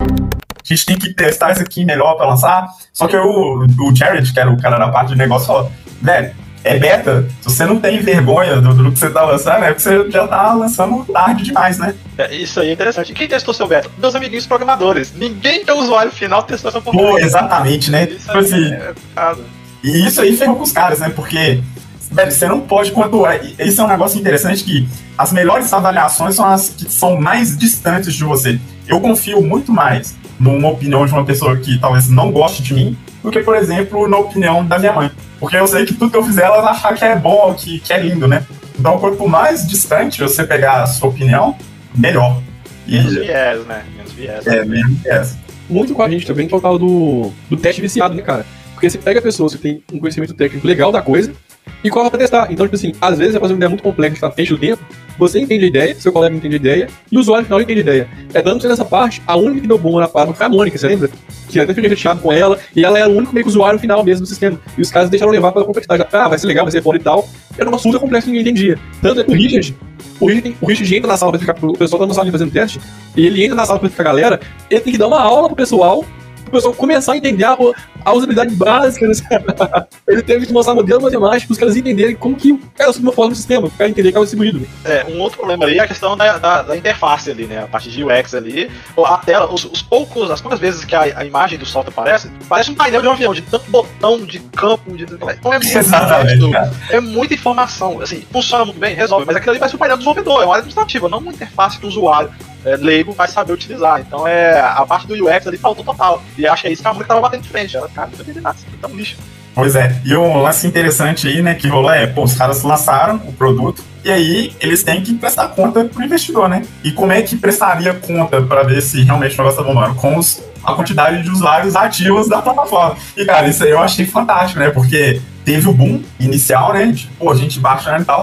a gente tem que testar isso aqui melhor para lançar. Só que o, o Jared, que era o cara da parte de negócio, falou, velho, é beta, se você não tem vergonha do, do que você tá lançando, é porque você já tá lançando tarde demais, né? É, isso aí é interessante. E quem testou seu beta? Meus amiguinhos programadores. Ninguém que é usuário final testou essa porcaria. Pô, exatamente, né? Isso tipo assim, é e isso aí ferrou com os caras, né? Porque, velho, você não pode, quanto é, isso é um negócio interessante, que as melhores avaliações são as que são mais distantes de você. Eu confio muito mais numa opinião de uma pessoa que talvez não goste de mim, do que, por exemplo, na opinião da minha mãe. Porque eu sei que tudo que eu fizer, ela vai achar que é bom, que, que é lindo, né? Então, quanto mais distante você pegar a sua opinião, melhor. E menos viés, né? Menos viés. É, menos viés. Muito com a gente também, que é o tal do, do teste viciado, né, cara? Porque você pega pessoas que têm um conhecimento técnico legal da coisa e coloca pra testar. Então, tipo assim, às vezes você faz uma ideia muito complexa que tá frente do tempo, você entende a ideia, seu colega entende a ideia, e o usuário final entende a ideia. É tanto que nessa parte, a única que deu bom na parada foi a Mônica, você lembra? Que até fiquei chateado com ela, e ela era o único meio que usuário final mesmo do sistema. E os caras deixaram levar pela complexidade. Ah, vai ser legal, vai ser foda e tal. Era uma surda complexa que ninguém entendia. Tanto é que o Richard, o Richard, o Richard entra na sala pra ficar, o pessoal tá na sala fazendo teste, e ele entra na sala pra ficar a galera, ele tem que dar uma aula pro pessoal, o pessoal começar a entender a, a usabilidade básica, né? Ele teve que mostrar modelos matemáticos, os caras entenderem como que era uma forma do sistema, o cara entender que era distribuído. É, um outro problema ali é a questão da, da, da interface ali, né? A parte de U X ali, a tela, os, os poucos, as poucas vezes que a, a imagem do software aparece, parece um painel de um avião, de tanto botão, de campo, de... Então é muito, é muita informação, assim, funciona muito bem, resolve, mas aquilo ali parece um painel do desenvolvedor, é uma área administrativa, não uma interface que o usuário É, leigo vai saber utilizar. Então é a parte do U X ali faltou total. E acho que é isso que a Mônica tava batendo de frente. Ela, cara, não entende nada, isso tá um lixo. Pois é, e um lance interessante aí, né, que rolou é, pô, os caras lançaram o produto e aí eles têm que prestar conta pro investidor, né? E como é que prestaria conta pra ver se realmente o negócio tá bombando? Com os, a quantidade de usuários ativos da plataforma. E, cara, isso aí eu achei fantástico, né? Porque teve o boom inicial, né? De, pô, a gente baixando e tal.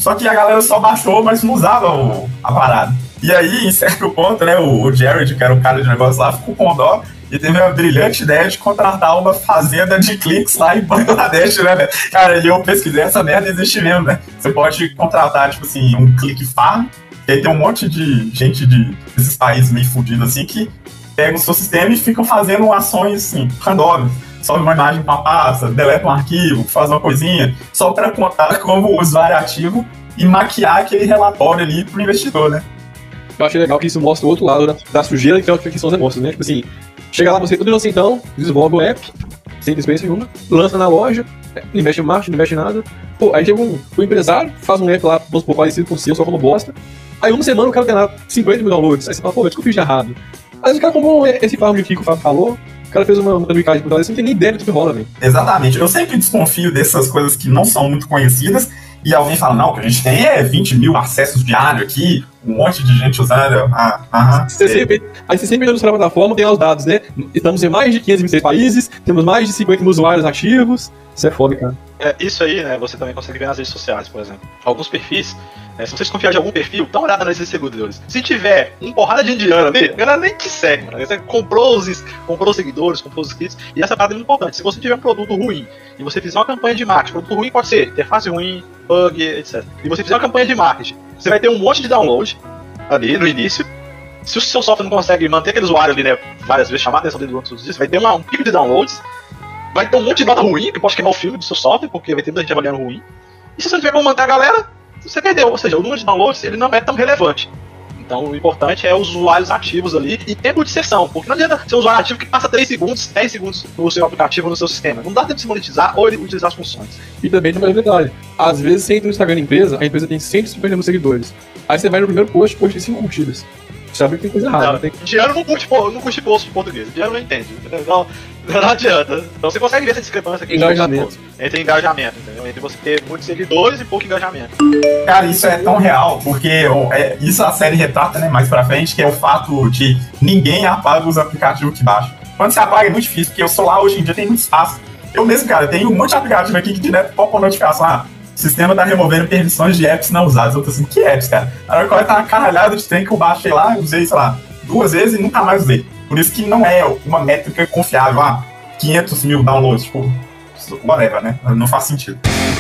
Só que a galera só baixou, mas não usava o, a parada. E aí, em certo ponto, né, o, o Jared, que era o cara de negócio lá, ficou com dó e teve a brilhante ideia de contratar uma fazenda de cliques lá em Bangladesh, né, velho? Cara, e eu pesquisei, essa merda existe mesmo, né? Você pode contratar, tipo assim, um click farm, e aí tem um monte de gente de, desses países meio fudidos, assim, que pegam o seu sistema e ficam fazendo ações, assim, randômicas. Sobe uma imagem com uma pasta, deleta um arquivo, faz uma coisinha, só para contar como usuário ativo e maquiar aquele relatório ali pro investidor, né? Eu achei legal que isso mostra o outro lado da, da sujeira, que, é o que são os negócios, né? Tipo assim, chega lá, você tudo inocentão, desenvolve o app, sem experiência nenhuma, lança na loja, investe em marketing, não investe em nada. Pô, aí chega um, um empresário, faz um app lá, vamos supor, parecido com o seu, só como bosta. Aí uma semana o cara tem lá cinquenta mil downloads. Aí você fala, pô, acho que eu fiz de errado. Aí o cara comprou esse farm de que o Fábio falou, o cara fez uma publicagem por trás, você não tem nem ideia do que rola, velho. Exatamente. Eu sempre desconfio dessas coisas que não são muito conhecidas e alguém fala, não, o que a gente tem é vinte mil acessos diários aqui, um monte de gente usando. Ah, ah, você é. sempre, aí você sempre entra na plataforma, tem lá os dados, né? Estamos em mais de quinhentos e vinte e seis países, temos mais de cinquenta mil usuários ativos. Isso é foda, cara. É, isso aí, né, você também consegue ver nas redes sociais, por exemplo. Alguns perfis, né, se você desconfiar de algum perfil, dá uma olhada nesses seguidores. Se tiver uma porrada de indiano ali, a galera nem te segue, mano. Você comprou os, comprou os seguidores, comprou os inscritos, e essa parada é muito importante. Se você tiver um produto ruim, e você fizer uma campanha de marketing, produto ruim pode ser interface ruim, bug, etcétera. E você fizer uma campanha de marketing, você vai ter um monte de download ali no início. Se o seu software não consegue manter aquele usuário ali, né, várias vezes, chamar a atenção dele durante todos os dias, vai ter uma, um pico de downloads. Vai ter um monte de nota ruim, que pode queimar o filme do seu software, porque vai ter muita gente avaliando ruim. E se você não tiver como manter a galera, você perdeu. Ou seja, o número de downloads ele não é tão relevante. Então o importante é os usuários ativos ali e tempo de sessão. Porque não adianta ser um usuário ativo que passa três segundos, dez segundos no seu aplicativo, no seu sistema. Não dá tempo de se monetizar ou ele utilizar as funções. E também tem mais detalhe. Às vezes você entra no Instagram da empresa, a empresa tem cento e cinquenta mil seguidores. Aí você vai no primeiro post, post tem cinco curtidas. Você sabe que tem coisa errada. Não, tem... Indiano não curte, não curte post de português. Indiano não entende. Não, não adianta. Então você consegue ver essa discrepância aqui. Engajamento. Entre engajamento, entendeu? Entre você ter muitos seguidores e pouco engajamento. Cara, isso é tão real, porque é, isso a série retrata, né, mais pra frente, que é o fato de ninguém apaga os aplicativos que baixa. Quando você apaga é muito difícil, porque o celular hoje em dia tem muito espaço. Eu mesmo, cara, tenho um monte de aplicativo aqui que direto popa a notificação. Ah, o sistema tá removendo permissões de apps não usadas. Eu tô assim, que apps, cara? A hora que eu tá uma caralhada de trem que eu baixei lá, eu usei, sei lá, duas vezes e nunca mais usei. Por isso que não é uma métrica confiável. Ah, quinhentos mil downloads, tipo, whatever, né? Não faz sentido.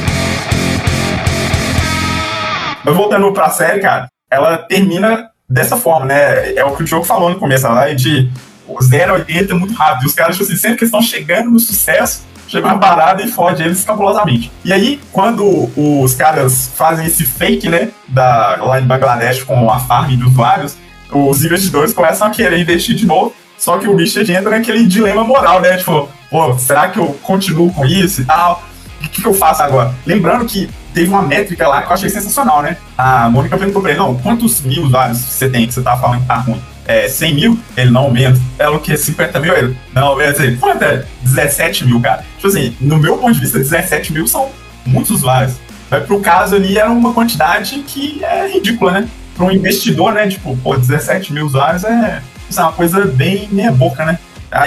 Mas voltando pra série, cara, ela termina dessa forma, né? É o que o Diogo falou no começo, ela é de zero a oitenta muito rápido. E os caras, tipo assim, sempre que estão chegando no sucesso, chega uma parada e fode eles cabulosamente. E aí, quando os caras fazem esse fake, né, da, lá em Bangladesh com a farm de usuários, os investidores começam a querer investir de novo, só que o Richard entra naquele dilema moral, né, tipo, pô, será que eu continuo com isso e tal? O que, que eu faço agora? Lembrando que teve uma métrica lá que eu achei sensacional, né? A Mônica perguntou pra ele, não, quantos mil usuários você tem que você tá falando que tá ruim? É, cem mil? Ele, não, menos. Ela, o quê? cinquenta mil? Ele, não, menos. Ele, quanto é? dezessete mil, cara. Tipo assim, no meu ponto de vista, dezessete mil são muitos usuários. Mas pro caso ali, era uma quantidade que é ridícula, né? Para um investidor, né? Tipo, pô, dezessete mil usuários é, é uma coisa bem meia boca, né?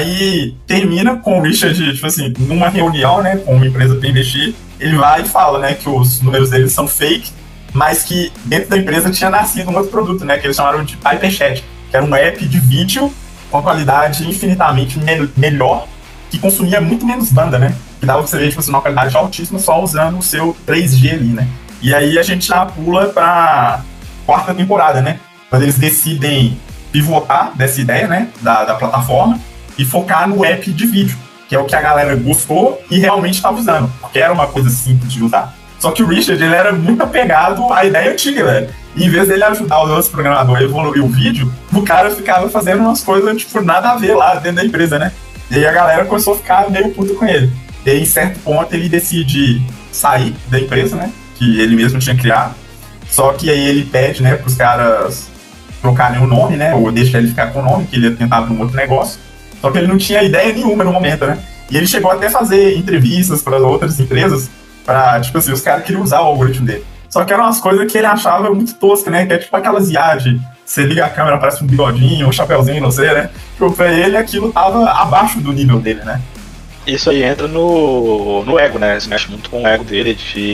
Aí termina com o Richard, tipo assim, numa reunião, né, com uma empresa para investir, ele vai e fala, né, que os números deles são fake, mas que dentro da empresa tinha nascido um outro produto, né, que eles chamaram de PiperChat, que era um app de vídeo com qualidade infinitamente me- melhor, que consumia muito menos banda, né, que dava pra você ver, tipo assim, uma qualidade altíssima só usando o seu três G ali, né. E aí a gente já pula pra quarta temporada, né, quando eles decidem pivotar dessa ideia, né, da, da plataforma, e focar no app de vídeo, que é o que a galera gostou e realmente estava usando, porque era uma coisa simples de usar. Só que o Richard, ele era muito apegado à ideia antiga, velho. E em vez dele ajudar os outros programadores a evoluir o vídeo, o cara ficava fazendo umas coisas, tipo, nada a ver lá dentro da empresa, né? E aí a galera começou a ficar meio puta com ele. E aí, em certo ponto, ele decide sair da empresa, né? Que ele mesmo tinha criado. Só que aí ele pede, né, pros caras trocarem o nome, né? Ou deixar ele ficar com o nome, que ele ia tentar abrir um outro negócio. Só que ele não tinha ideia nenhuma no momento, né? E ele chegou até a fazer entrevistas para outras empresas pra, tipo assim, os caras queriam usar o algoritmo dele. Só que eram umas coisas que ele achava muito toscas, né? Que é tipo aquelas I A de você liga a câmera, parece um bigodinho, um chapeuzinho, não sei, né? Tipo, pra ele aquilo tava abaixo do nível dele, né? Isso aí entra no, no ego, né? Se mexe muito com o ego dele, de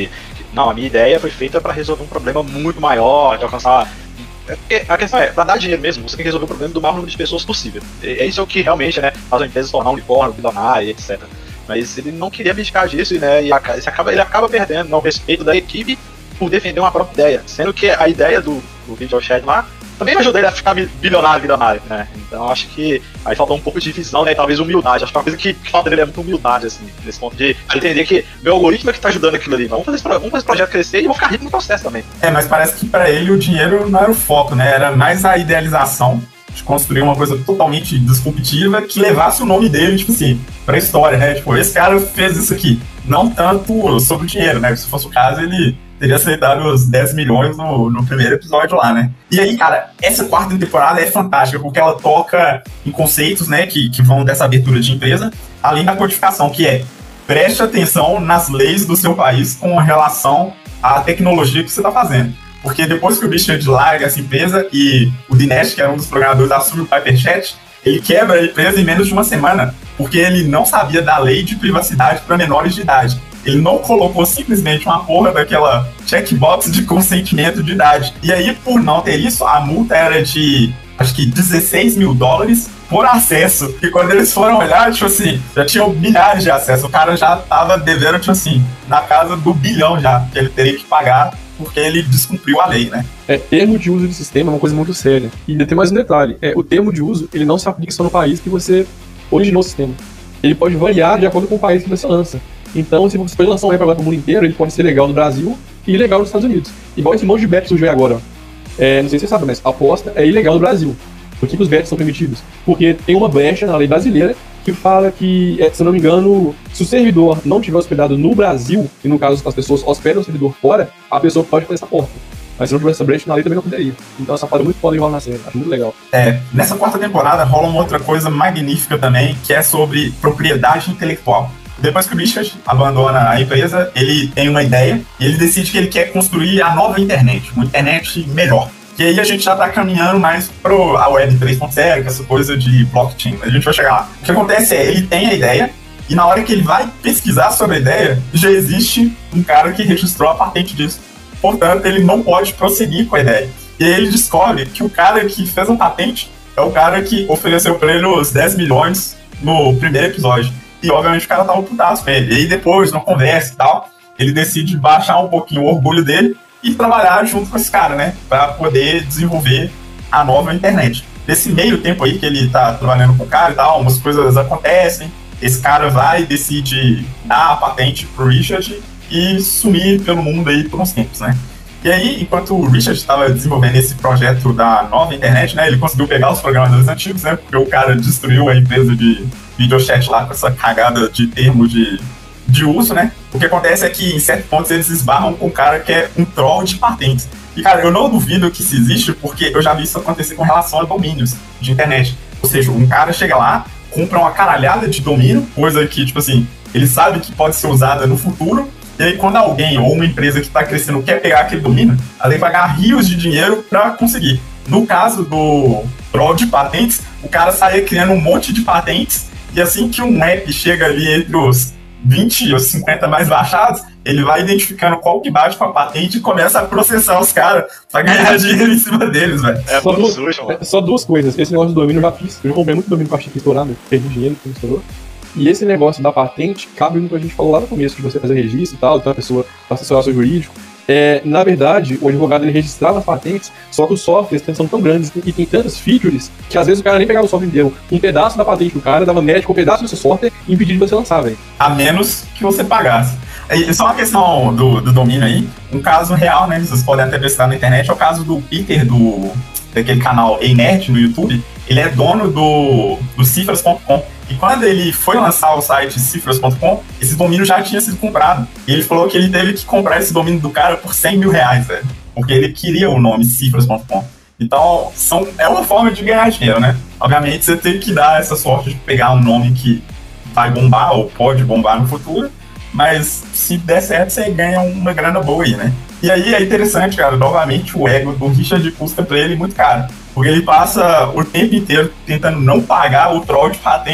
Não, a minha ideia foi feita para resolver um problema muito maior, de alcançar... É porque a questão é, para dar dinheiro mesmo, você tem que resolver o problema do maior número de pessoas possível. É isso que realmente, né, faz a empresa se tornar um unicórnio, bilionário, etcétera. Mas ele não queria abdicar disso, né, e ele acaba, ele acaba perdendo, né, o respeito da equipe por defender uma própria ideia. Sendo que a ideia do, do Video Chat lá também ajudou ele a ficar bilionário, bilionário, né? Então acho que aí faltou um pouco de visão, né? E talvez humildade. Acho que uma coisa que, que falta dele é muita humildade, assim, nesse ponto de entender que meu algoritmo é que tá ajudando aquilo ali. Vamos fazer esse, vamos fazer esse projeto crescer e vou ficar rico no processo também. É, mas parece que pra ele o dinheiro não era o foco, né? Era mais a idealização de construir uma coisa totalmente disruptiva que levasse o nome dele, tipo assim, pra história, né? Tipo, esse cara fez isso aqui. Não tanto sobre o dinheiro, né? Se fosse o caso, ele teria aceitado os dez milhões no, no primeiro episódio lá, né? E aí, cara, essa quarta temporada é fantástica, porque ela toca em conceitos, né, que, que vão dessa abertura de empresa, além da codificação, que é preste atenção nas leis do seu país com relação à tecnologia que você está fazendo. Porque depois que o Richard larga essa empresa e o Dinesh, que era um dos programadores, assume o PiperChat, ele quebra a empresa em menos de uma semana, porque ele não sabia da lei de privacidade para menores de idade. Ele não colocou simplesmente uma porra daquela checkbox de consentimento de idade. E aí, por não ter isso, a multa era de, acho que dezesseis mil dólares por acesso. E quando eles foram olhar, tipo assim, já tinham milhares de acessos. O cara já tava devendo, tipo assim, na casa do bilhão já, que ele teria que pagar porque ele descumpriu a lei, né? É, termo de uso de sistema é uma coisa muito séria. E tem mais um detalhe. É, o termo de uso, ele não se aplica só no país que você originou o sistema. Ele pode variar de acordo com o país que você lança. Então, se você for lançar um app agora para o mundo inteiro, ele pode ser legal no Brasil e ilegal nos Estados Unidos. Igual esse monte de bets que surgiu agora. É, não sei se você sabe, mas a aposta é ilegal no Brasil. Por que os bets são permitidos? Porque tem uma brecha na lei brasileira que fala que, é, se eu não me engano, se o servidor não estiver hospedado no Brasil, e no caso as pessoas hospedam o servidor fora, a pessoa pode fazer essa porta. Mas se não tiver essa brecha, na lei também não poderia. Então essa parada é muito foda de rolar na série. Acho muito legal. É, nessa quarta temporada rola uma outra coisa magnífica também, que é sobre propriedade intelectual. Depois que o Richard abandona a empresa, ele tem uma ideia e ele decide que ele quer construir a nova internet, uma internet melhor. E aí a gente já tá caminhando mais pro a web três ponto zero, essa coisa de blockchain. A gente vai chegar lá. O que acontece é, ele tem a ideia e na hora que ele vai pesquisar sobre a ideia, já existe um cara que registrou a patente disso. Portanto, ele não pode prosseguir com a ideia. E aí ele descobre que o cara que fez a patente é o cara que ofereceu pra ele os dez milhões no primeiro episódio. E obviamente o cara tava putaço com ele. E aí depois, numa conversa e tal, ele decide baixar um pouquinho o orgulho dele e trabalhar junto com esse cara, né? Pra poder desenvolver a nova internet. Nesse meio tempo aí que ele tá trabalhando com o cara e tal, umas coisas acontecem. Esse cara vai e decide dar a patente pro Richard e sumir pelo mundo aí por uns tempos, né? E aí, enquanto o Richard estava desenvolvendo esse projeto da nova internet, né? Ele conseguiu pegar os programadores antigos, né? Porque o cara destruiu a empresa de videochat lá com essa cagada de termo de, de uso, né? O que acontece é que, em certos pontos, eles esbarram com um cara que é um troll de patentes. E, cara, eu não duvido que isso existe, porque eu já vi isso acontecer com relação a domínios de internet. Ou seja, um cara chega lá, compra uma caralhada de domínio, coisa que, tipo assim, ele sabe que pode ser usada no futuro, e aí quando alguém ou uma empresa que está crescendo quer pegar aquele domínio, ela tem que pagar rios de dinheiro para conseguir. No caso do troll de patentes, o cara saía criando um monte de patentes, e assim que um app chega ali entre os vinte ou cinquenta mais baixados, ele vai identificando qual que bate com a patente e começa a processar os caras pra ganhar dinheiro em cima deles, velho. É só, duas, sujo, é, só duas coisas. Esse negócio do domínio eu já fiz. Eu já comprei muito domínio com a Chico estourado, perdi dinheiro com estourou. E esse negócio da patente cabe no que a gente falou lá no começo, de você fazer registro e tal, então a pessoa assessorar seu jurídico. É, na verdade, o advogado ele registrava as patentes, só que os softwares são tão grandes e tem tantas features que às vezes o cara nem pegava o software inteiro. Um pedaço da patente do cara dava médico, um pedaço do seu software e impedia de você lançar, velho. A menos que você pagasse. E só uma questão do, do domínio aí, um caso real, né? Vocês podem até pesquisar na internet, é o caso do Peter, do, daquele canal Ei Nerd no YouTube. Ele é dono do, do Cifras ponto com. E quando ele foi lançar o site Cifras ponto com, esse domínio já tinha sido comprado. E ele falou que ele teve que comprar esse domínio do cara por cem mil reais, velho. Porque ele queria o nome Cifras ponto com. Então, são, é uma forma de ganhar dinheiro, né? Obviamente, você tem que dar essa sorte de pegar um nome que vai bombar ou pode bombar no futuro. Mas se der certo, você ganha uma grana boa aí, né? E aí é interessante, cara, novamente o ego do Richard custa pra ele muito caro. Porque ele passa o tempo inteiro tentando não pagar o troll de patentes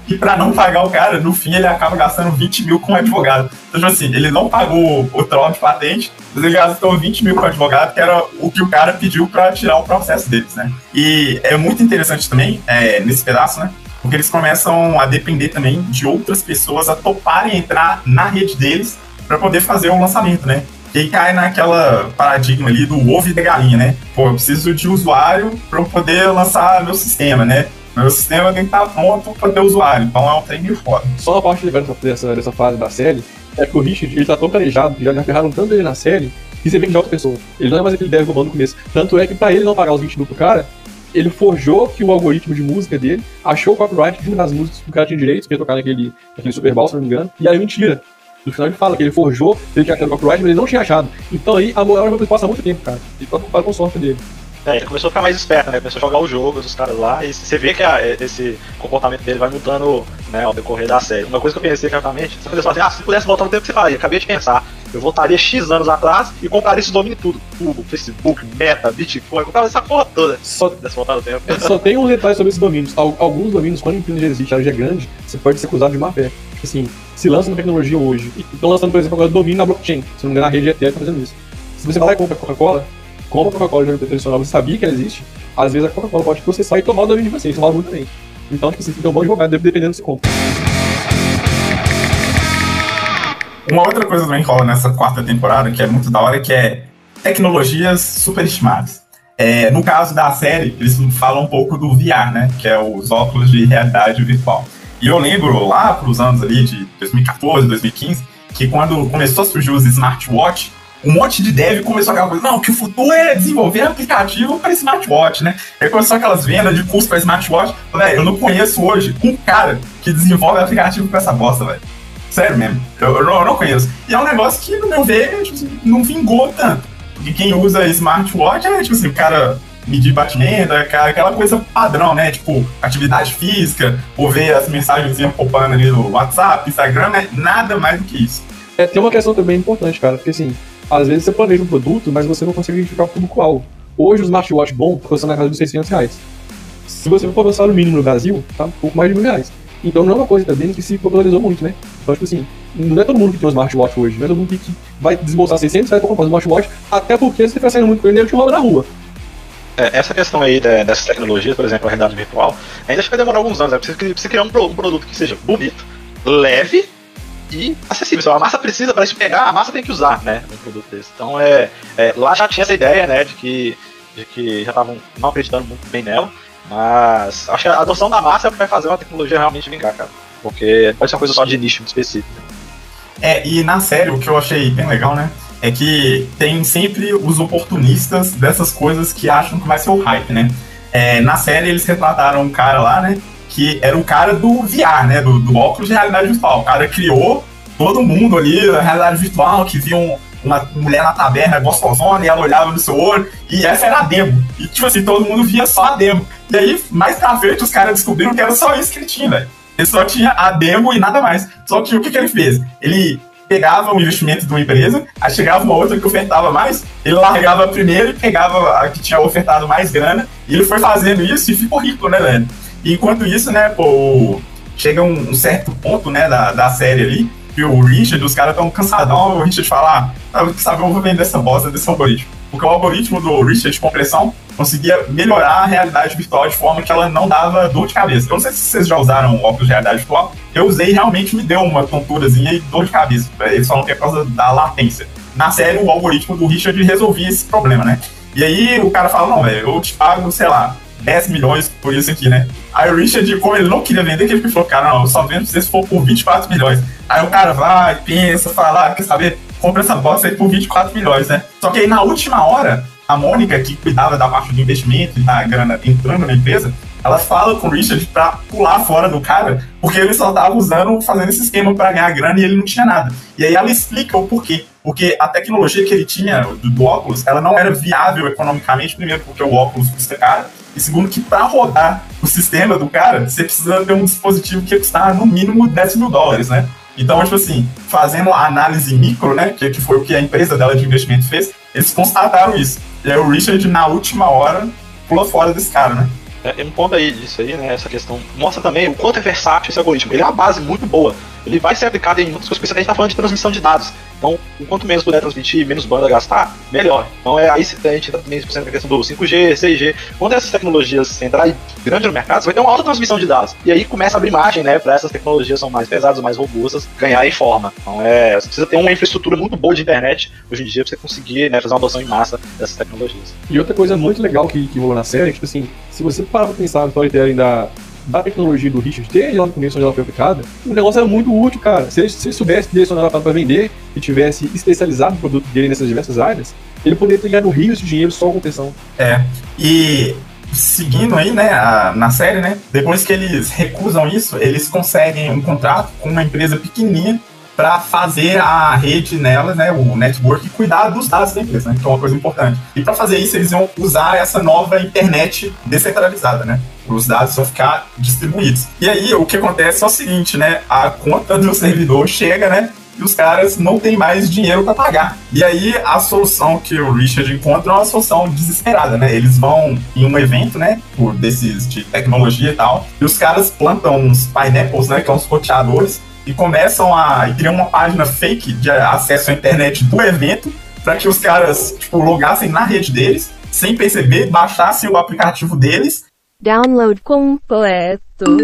e pra não pagar o cara, no fim ele acaba gastando vinte mil com o advogado. Então, tipo assim, ele não pagou o troll de patente, mas ele gastou vinte mil com o advogado, que era o que o cara pediu pra tirar o processo deles, né? E é muito interessante também, é, nesse pedaço, né? Porque eles começam a depender também de outras pessoas a toparem entrar na rede deles pra poder fazer o lançamento, né? E aí cai naquela paradigma ali do ovo e da galinha, né? Pô, eu preciso de usuário pra eu poder lançar meu sistema, né? Meu sistema tem que estar pronto para ter usuário, então é um trem meio foda. Só uma parte legal dessa, dessa fase da série é que o Richard, ele tá tão planejado, que já ferraram tanto ele na série, que você vê que de outra pessoa. Ele não é mais aquele dev roubando no começo. Tanto é que pra ele não pagar os vinte mil pro cara, ele forjou que o algoritmo de música dele achou o copyright de uma das músicas que o cara tinha direito, que ia tocar naquele, naquele Super Bowl, se não me engano, e era mentira. No final ele fala que ele forjou, ele tinha achado o copyright, mas ele não tinha achado. Então aí a moral já passa muito tempo, cara. Ele tá preocupado com sorte dele. É, ele começou a ficar mais esperto, né? Começou a jogar o jogo dos caras lá, e você vê que a, esse comportamento dele vai mudando, né, ao decorrer da série. Uma coisa que eu pensei exatamente, você pensou assim, ah, se pudesse voltar no tempo, que você faria? Acabei de pensar, eu voltaria X anos atrás e compraria esse domínio tudo. Tudo, Facebook, Meta, Bitcoin, eu comprava essa porra toda. Só, se pudesse voltar no tempo. Só tem um detalhe sobre esses domínios. Alguns domínios, quando a empresa já existe, ela já é grande, você pode ser acusado de má fé. Assim, se lança uma tecnologia hoje, e estão lançando, por exemplo, agora domínio na blockchain, se não me engano, a rede Ethereum fazendo isso. Se você vai lá e compra Coca-Cola, compra a Coca-Cola de uma tradicional, você sabia que ela existe, às vezes a Coca-Cola pode processar e tomar o domínio de você, isso vale muito bem. Então, tipo, você tem um bom advogado, dependendo do que você compra. Uma outra coisa também que rola nessa quarta temporada, que é muito da hora, que é tecnologias superestimadas. É, no caso da série, eles falam um pouco do V R, né, que é os óculos de realidade virtual. E eu lembro lá para os anos ali de dois mil e quatorze, dois mil e quinze, que quando começou a surgir os smartwatch, um monte de dev começou aquela coisa, não, que o futuro é desenvolver aplicativo para smartwatch, né? Aí começou aquelas vendas de curso para smartwatch. Velho, eu não conheço hoje um cara que desenvolve aplicativo para essa bosta, velho. Sério mesmo, eu, eu, não, eu não conheço. E é um negócio que, no meu ver, tipo assim, não vingou tanto. Porque quem usa smartwatch é, tipo assim, o cara medir batimento, aquela coisa padrão, né? Tipo, atividade física, ou ver as mensagens popando ali no WhatsApp, Instagram, né? Nada mais do que isso. É, tem uma questão também importante, cara, porque assim, às vezes você planeja um produto, mas você não consegue identificar o público-alvo. Hoje os smartwatch bom custam na casa dos seiscentos reais. Se você for pensar no mínimo no Brasil, tá um pouco mais de mil reais. Então não é uma coisa também que se popularizou muito, né? Então, tipo assim, não é todo mundo que tem um smartwatch hoje, não é todo mundo que, que vai desembolsar seiscentos reais pra comprar um smartwatch, até porque você tá saindo muito com ele, ele te rouba na rua. É, essa questão aí de, dessas tecnologias, por exemplo, a realidade virtual, ainda acho que vai demorar alguns anos, né? Você precisa criar um, pro, um produto que seja bonito, leve e acessível. A massa precisa, para isso pegar, a massa tem que usar, né, um produto desse. Então, é, é, lá já tinha essa ideia, né, de que, de que já estavam não acreditando muito bem nela, mas acho que a adoção da massa é o que vai fazer uma tecnologia realmente vingar, cara. Porque pode ser uma coisa só de nicho muito específica. É, e na série, o que eu achei bem legal, né, é que tem sempre os oportunistas dessas coisas que acham que vai ser o hype, né. É, na série eles retrataram um cara lá, né, que era o cara do V R, né, do, do óculos de realidade virtual. O cara criou todo mundo ali, a realidade virtual, que via um, uma mulher na taberna gostosona e ela olhava no seu olho, e essa era a demo. E tipo assim, todo mundo via só a demo. E aí, mais pra frente, os caras descobriram que era só isso que ele tinha, velho. Ele só tinha a demo e nada mais. Só que o que, que ele fez? Ele pegava um investimento de uma empresa, aí chegava uma outra que ofertava mais, ele largava a primeira e pegava a que tinha ofertado mais grana, e ele foi fazendo isso e ficou rico, né, velho? E enquanto isso, né, pô, chega um, um certo ponto, né, da, da série ali, que o Richard, os caras tão cansadão, o Richard fala, ah, sabe, eu vou vender essa bosta desse algoritmo. Porque o algoritmo do Richard de compressão conseguia melhorar a realidade virtual de forma que ela não dava dor de cabeça. Eu não sei se vocês já usaram óculos de realidade virtual, eu usei e realmente me deu uma tonturazinha e dor de cabeça. Ele só não tem por causa da latência. Na série, o algoritmo do Richard resolvia esse problema, né? E aí o cara fala, não, velho, eu te pago, sei lá, dez milhões por isso aqui, né? Aí o Richard, como ele não queria vender, que ele falou, cara, não, eu só vendo se for por vinte e quatro milhões. Aí o cara vai, pensa, fala, ah, quer saber, compra essa bosta aí por vinte e quatro milhões, né? Só que aí na última hora, a Mônica, que cuidava da parte do investimento e da grana entrando na empresa, ela fala com o Richard pra pular fora do cara, porque ele só tava usando, fazendo esse esquema pra ganhar grana e ele não tinha nada. E aí ela explica o porquê. Porque a tecnologia que ele tinha do, do óculos, ela não era viável economicamente, primeiro porque o óculos custa caro, e segundo que para rodar o sistema do cara, você precisa ter um dispositivo que custar no mínimo dez mil dólares, né? Então, tipo assim, fazendo a análise micro, né, que, que foi o que a empresa dela de investimento fez, eles constataram isso. E aí o Richard, na última hora, pulou fora desse cara, né? É, um ponto aí disso aí, né, essa questão, mostra também o quanto é versátil esse algoritmo. Ele é uma base muito boa. Ele vai ser aplicado em muitas coisas, porque a gente está falando de transmissão de dados. Então, quanto menos puder transmitir, menos banda gastar, melhor. Então, é aí a gente também está pensando na questão do cinco G, seis G. Quando essas tecnologias entrarem grande no mercado, você vai ter uma alta transmissão de dados. E aí começa a abrir margem, né, para essas tecnologias são mais pesadas, mais robustas, ganhar em forma. Então, é, você precisa ter uma infraestrutura muito boa de internet hoje em dia para você conseguir, né, fazer uma adoção em massa dessas tecnologias. E outra coisa muito legal que, que rolou na série, tipo assim, se você parar pra pensar no storytelling da, da tecnologia do Richard, desde lá no começo onde ela foi aplicada, o negócio era muito útil, cara. Se ele, se ele soubesse direcionar ela pra vender e tivesse especializado o produto dele nessas diversas áreas, ele poderia ter ganhado rios de dinheiro só com contenção. É, e seguindo aí, né, a, na série, né, depois que eles recusam isso, eles conseguem um contrato com uma empresa pequenininha para fazer a rede nela, né, o network, e cuidar dos dados da empresa, né, que é uma coisa importante. E para fazer isso, eles vão usar essa nova internet descentralizada, né, os dados vão ficar distribuídos. E aí, o que acontece é o seguinte, né, a conta do servidor chega, né, e os caras não têm mais dinheiro para pagar. E aí, a solução que o Richard encontra é uma solução desesperada, né, eles vão em um evento, né, por desses de tecnologia e tal, e os caras plantam uns pineapples, né, que são uns roteadores, e começam a e criam uma página fake de acesso à internet do evento para que os caras, tipo, logassem na rede deles, sem perceber, baixassem o aplicativo deles. Download completo.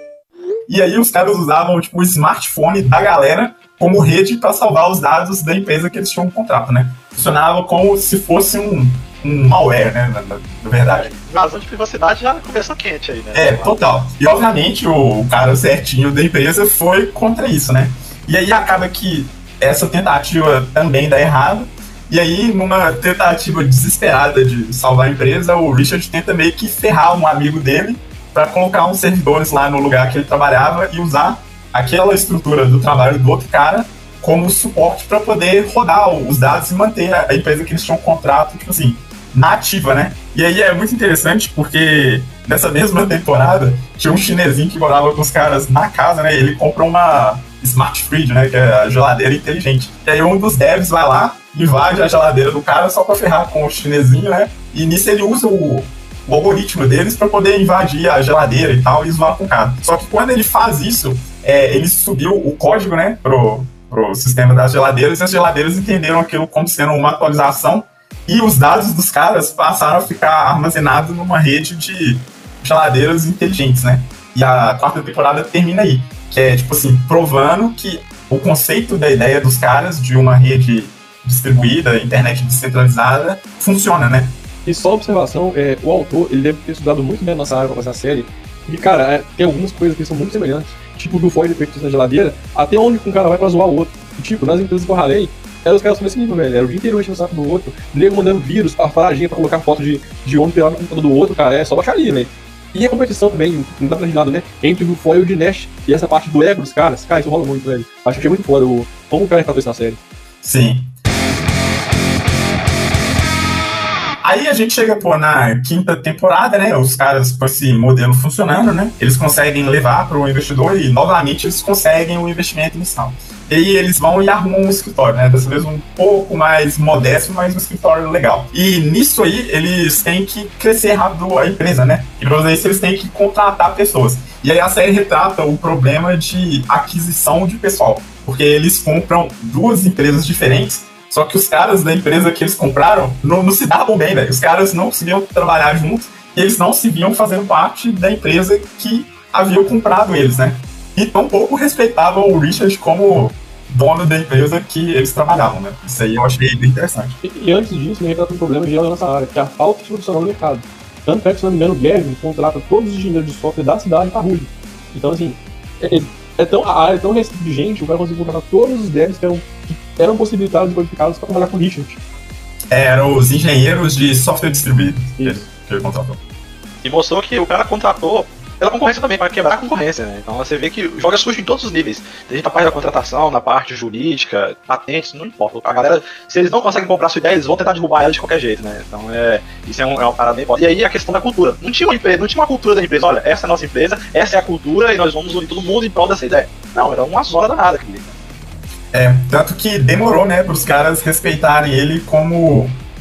E aí os caras usavam, tipo, o smartphone da galera como rede para salvar os dados da empresa que eles tinham um contrato, né? Funcionava como se fosse um, um malware, né, na, na, na verdade. Invasão de privacidade já começou quente aí, né? É, total. E obviamente o, o cara certinho da empresa foi contra isso, né? E aí acaba que essa tentativa também dá errado. E aí, numa tentativa desesperada de salvar a empresa, o Richard tenta meio que ferrar um amigo dele para colocar uns servidores lá no lugar que ele trabalhava e usar aquela estrutura do trabalho do outro cara como suporte para poder rodar os dados e manter a empresa que eles tinham um contrato, tipo assim, na ativa, né? E aí é muito interessante porque nessa mesma temporada tinha um chinesinho que morava com os caras na casa, né? Ele compra uma Smart Fridge, né? Que é a geladeira inteligente. E aí um dos devs vai lá, invade a geladeira do cara só pra ferrar com o chinesinho, né? E nisso ele usa o, o algoritmo deles pra poder invadir a geladeira e tal e zoar com o cara. Só que quando ele faz isso, é, ele subiu o código, né? Pro, pro sistema das geladeiras e as geladeiras entenderam aquilo como sendo uma atualização. E os dados dos caras passaram a ficar armazenados numa rede de geladeiras inteligentes, né? E a quarta temporada termina aí, que é, tipo assim, provando que o conceito da ideia dos caras de uma rede distribuída, internet descentralizada, funciona, né? E só observação, é, o autor, ele deve ter estudado muito bem a nossa área pra fazer a série, e, cara, é, tem algumas coisas que são muito semelhantes, tipo do foil efeitos na geladeira, até onde um cara vai pra zoar o outro. E, tipo, nas empresas que eu ralei, eram os caras nesse nível, velho. Era o dia inteiro enchendo o saco do outro. Nego mandando vírus pra paradinha pra colocar foto de, de homem pelado no computador do outro, cara. É só baixaria, velho. E a competição também, não dá pra de nada, né? Entre o foil e o de Nash. E essa parte do ego dos caras. Cara, isso rola muito, velho. Acho que é muito foda o, como o cara retratou isso na série. Sim. Aí a gente chega, pô, na quinta temporada, né? Os caras com esse modelo funcionando, né? Eles conseguem levar para o investidor e, novamente, eles conseguem o investimento inicial. E aí eles vão e arrumam um escritório, né? Dessa vez um pouco mais modesto, mas um escritório legal. E nisso aí, eles têm que crescer rápido a empresa, né? E para fazer isso, eles têm que contratar pessoas. E aí a série retrata o problema de aquisição de pessoal. Porque eles compram duas empresas diferentes. Só que os caras da empresa que eles compraram não, não se davam bem, velho. Os caras não conseguiam trabalhar juntos e eles não se viam fazendo parte da empresa que haviam comprado eles, né? E tampouco respeitavam o Richard como dono da empresa que eles trabalhavam, né? Isso aí eu achei bem interessante. E, e antes disso, me retrata um problema geral da nossa área, que é a falta de profissional no mercado. Tanto é que, se não me engano, o Gavin contrata todos os engenheiros de software da cidade para Rude. Então, assim, é, é tão, a área é tão restrita de gente, o cara conseguiu contratar todos os devs que eram, que eram possibilitados e qualificados para trabalhar com o Richard. É, eram os engenheiros de software distribuído que ele, que ele contratou. E mostrou que o cara contratou pela concorrência também, para quebrar a concorrência, né? Então você vê que joga sujo em todos os níveis. Desde a parte da contratação, na parte jurídica, patentes, não importa. A galera, se eles não conseguem comprar a sua ideia, eles vão tentar derrubar ela de qualquer jeito, né? Então é, isso é, um, é uma parada bem forte. E aí a questão da cultura. Não tinha uma empresa, não tinha uma cultura da empresa, olha, essa é a nossa empresa, essa é a cultura e nós vamos unir todo mundo em prol dessa ideia. Não, era uma zona danada aqui. É, tanto que demorou, né, para os caras respeitarem ele como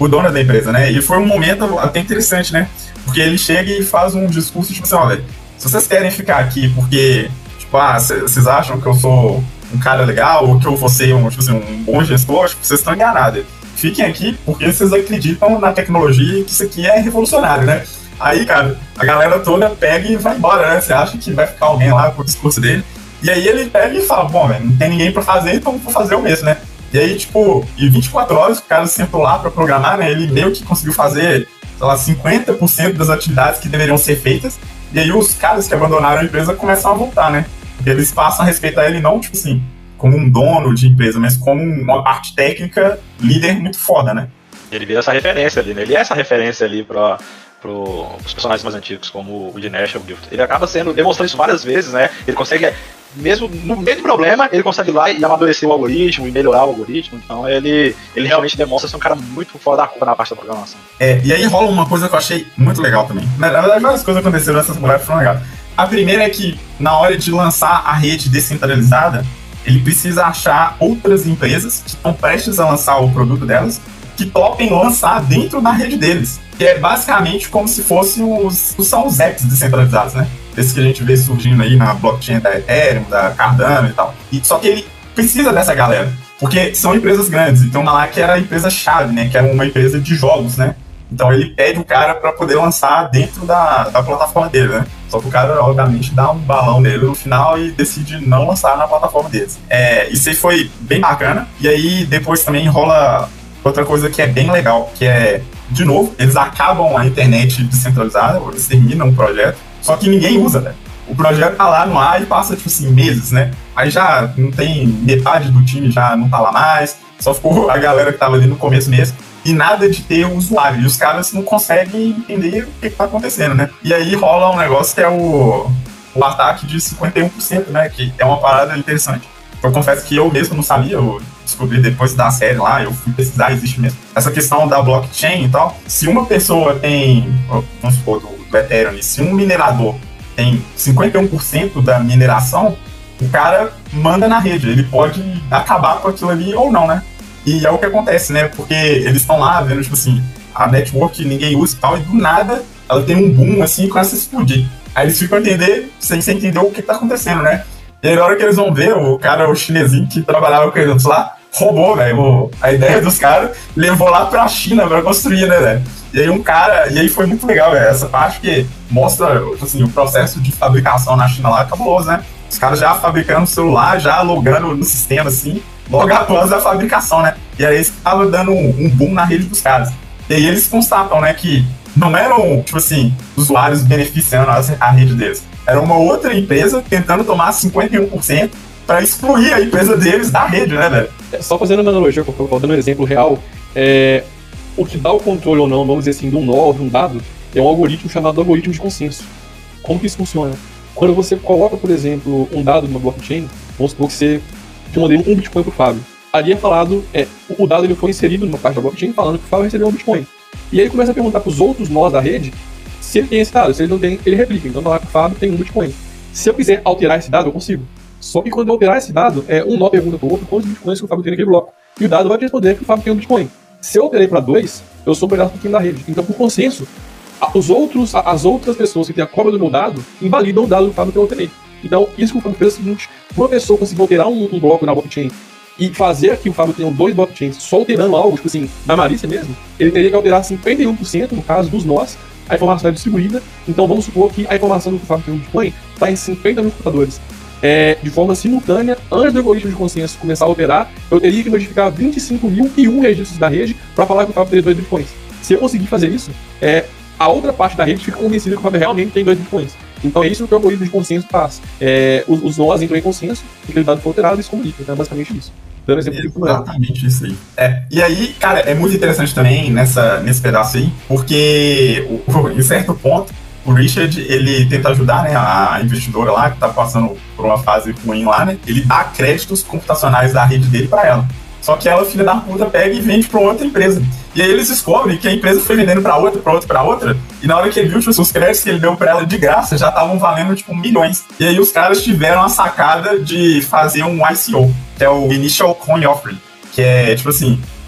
o dono da empresa, né? E foi um momento até interessante, né? Porque ele chega e faz um discurso tipo assim, ó, velho, se vocês querem ficar aqui porque, tipo, ah, vocês acham que eu sou um cara legal ou que eu vou ser um, tipo assim, um bom gestor, acho que vocês estão enganados. Fiquem aqui porque vocês acreditam na tecnologia e que isso aqui é revolucionário, né? Aí, cara, a galera toda pega e vai embora, né? Você acha que vai ficar alguém lá com o discurso dele. E aí ele pega e fala, bom, velho, não tem ninguém pra fazer, então vou fazer eu mesmo, né? E aí, tipo, em vinte e quatro horas o cara sentou lá pra programar, né? Ele meio que conseguiu fazer, sei lá, cinquenta por cento das atividades que deveriam ser feitas. E aí os caras que abandonaram a empresa começam a voltar, né? Porque eles passam a respeitar ele não, tipo assim, como um dono de empresa, mas como uma parte técnica, líder muito foda, né? Ele vira essa referência ali, né? Ele é essa referência ali pra... para os personagens mais antigos, como o Dinesh ou o Guild. Ele acaba sendo, demonstrando isso várias vezes, né? Ele consegue, mesmo no meio do problema, ele consegue ir lá e amadurecer o algoritmo e melhorar o algoritmo. Então ele, ele realmente demonstra ser um cara muito fora da curva na parte da programação. É, e aí rola uma coisa que eu achei muito legal também. Na verdade, várias coisas aconteceram nessa temporada que foram legais. A primeira é que, na hora de lançar a rede descentralizada, ele precisa achar outras empresas que estão prestes a lançar o produto delas, que topem lançar dentro da rede deles. Que é basicamente como se fossem os, são os apps descentralizados, né? Esses que a gente vê surgindo aí na blockchain da Ethereum, da Cardano e tal. E, só que ele precisa dessa galera, porque são empresas grandes. Então, na lá que era a empresa-chave, né? Que era uma empresa de jogos, né? Então, ele pede o cara para poder lançar dentro da, da plataforma dele, né? Só que o cara, obviamente, dá um balão nele no final e decide não lançar na plataforma deles. É, isso aí foi bem bacana. E aí, depois também rola outra coisa que é bem legal, que é, de novo, eles acabam a internet descentralizada, eles terminam o projeto, só que ninguém usa, né? O projeto tá lá no ar e passa, tipo assim, meses, né? Aí já não tem metade do time, já não tá lá mais, só ficou a galera que tava ali no começo mesmo, e nada de ter o usuário, e os caras não conseguem entender o que, que tá acontecendo, né? E aí rola um negócio que é o, o ataque de cinquenta e um por cento, né? Que é uma parada interessante. Eu confesso que eu mesmo não sabia, eu descobri depois da série lá, eu fui pesquisar, existe mesmo. Essa questão da blockchain e tal, se uma pessoa tem, vamos supor, do, do Ethereum, se um minerador tem cinquenta e um por cento da mineração, o cara manda na rede, ele pode acabar com aquilo ali ou não, né? E é o que acontece, né? Porque eles estão lá vendo, tipo assim, a network ninguém usa e tal, e do nada ela tem um boom assim e começa a explodir. Aí eles ficam a entender, sem, sem entender o que tá acontecendo, né? E aí, na hora que eles vão ver, o cara, o chinesinho que trabalhava com eles lá, roubou, velho, a ideia dos caras, levou lá pra China pra construir, né, velho? E aí um cara, e aí foi muito legal, velho, essa parte que mostra, assim, o processo de fabricação na China lá é cabuloso, né? Os caras já fabricando celular, já logando no sistema, assim, logo após a fabricação, né? E aí eles estavam dando um, um boom na rede dos caras. E aí eles constatam, né, que não eram, tipo assim, usuários beneficiando a, a rede deles. Era uma outra empresa tentando tomar cinquenta e um por cento para excluir a empresa deles da rede, né, velho? Só fazendo uma analogia, dando um exemplo real, é, o que dá o controle ou não, vamos dizer assim, de um nó, de um dado, é um algoritmo chamado algoritmo de consenso. Como que isso funciona? Quando você coloca, por exemplo, um dado numa blockchain, vamos supor que você mandei um Bitcoin pro Fábio. Ali é falado, é, o dado ele foi inserido numa parte da blockchain falando que o Fábio recebeu um Bitcoin. E aí ele começa a perguntar para os outros nós da rede se ele tem esse dado. Se ele não tem, ele replica. Então falar que o Fábio tem um Bitcoin. Se eu quiser alterar esse dado, eu consigo. Só que quando eu alterar esse dado, é, um nó pergunta pro outro quantos Bitcoins que o Fábio tem naquele bloco. E o dado vai te responder que o Fábio tem um Bitcoin. Se eu alterei para dois, eu sou um pedaço pequeno da rede. Então, por consenso, os outros, as outras pessoas que têm a cópia do meu dado invalidam o dado do Fábio que eu alterei. Então, isso que o Fábio fez é o seguinte: uma pessoa conseguir alterar um, um bloco na blockchain e fazer que o Fábio tenha dois blockchains só alterando algo, tipo assim, na malícia mesmo, ele teria que alterar cinquenta e um por cento, no caso dos nós, a informação é distribuída. Então vamos supor que a informação do que o Fábio tem um Bitcoin está em cinquenta mil computadores. É, de forma simultânea, antes do algoritmo de consenso começar a operar, eu teria que notificar vinte e cinco mil e um registros da rede para falar que o Fábio tem dois Bitcoins. Se eu conseguir fazer isso, é, a outra parte da rede fica convencida que o Fábio realmente tem dois Bitcoins. Então é isso que o algoritmo de consenso faz. É, os, os nós entram em consenso, e aquele dado foi alterado e se comunica. Então é basicamente isso. Dando exemplo de como é. Exatamente isso aí. É, e aí, cara, é muito interessante também nessa, nesse pedaço aí, porque o, em certo ponto, o Richard, ele tenta ajudar, né, a investidora lá, que tá passando por uma fase ruim lá, né, ele dá créditos computacionais da rede dele pra ela. Só que ela, filha da puta, pega e vende pra outra empresa. E aí eles descobrem que a empresa foi vendendo pra outra, pra outra, pra outra, e na hora que ele viu, tipo, os créditos que ele deu pra ela de graça já estavam valendo, tipo, milhões. E aí os caras tiveram a sacada de fazer um I C O, que é o Initial Coin Offering, que é, tipo assim,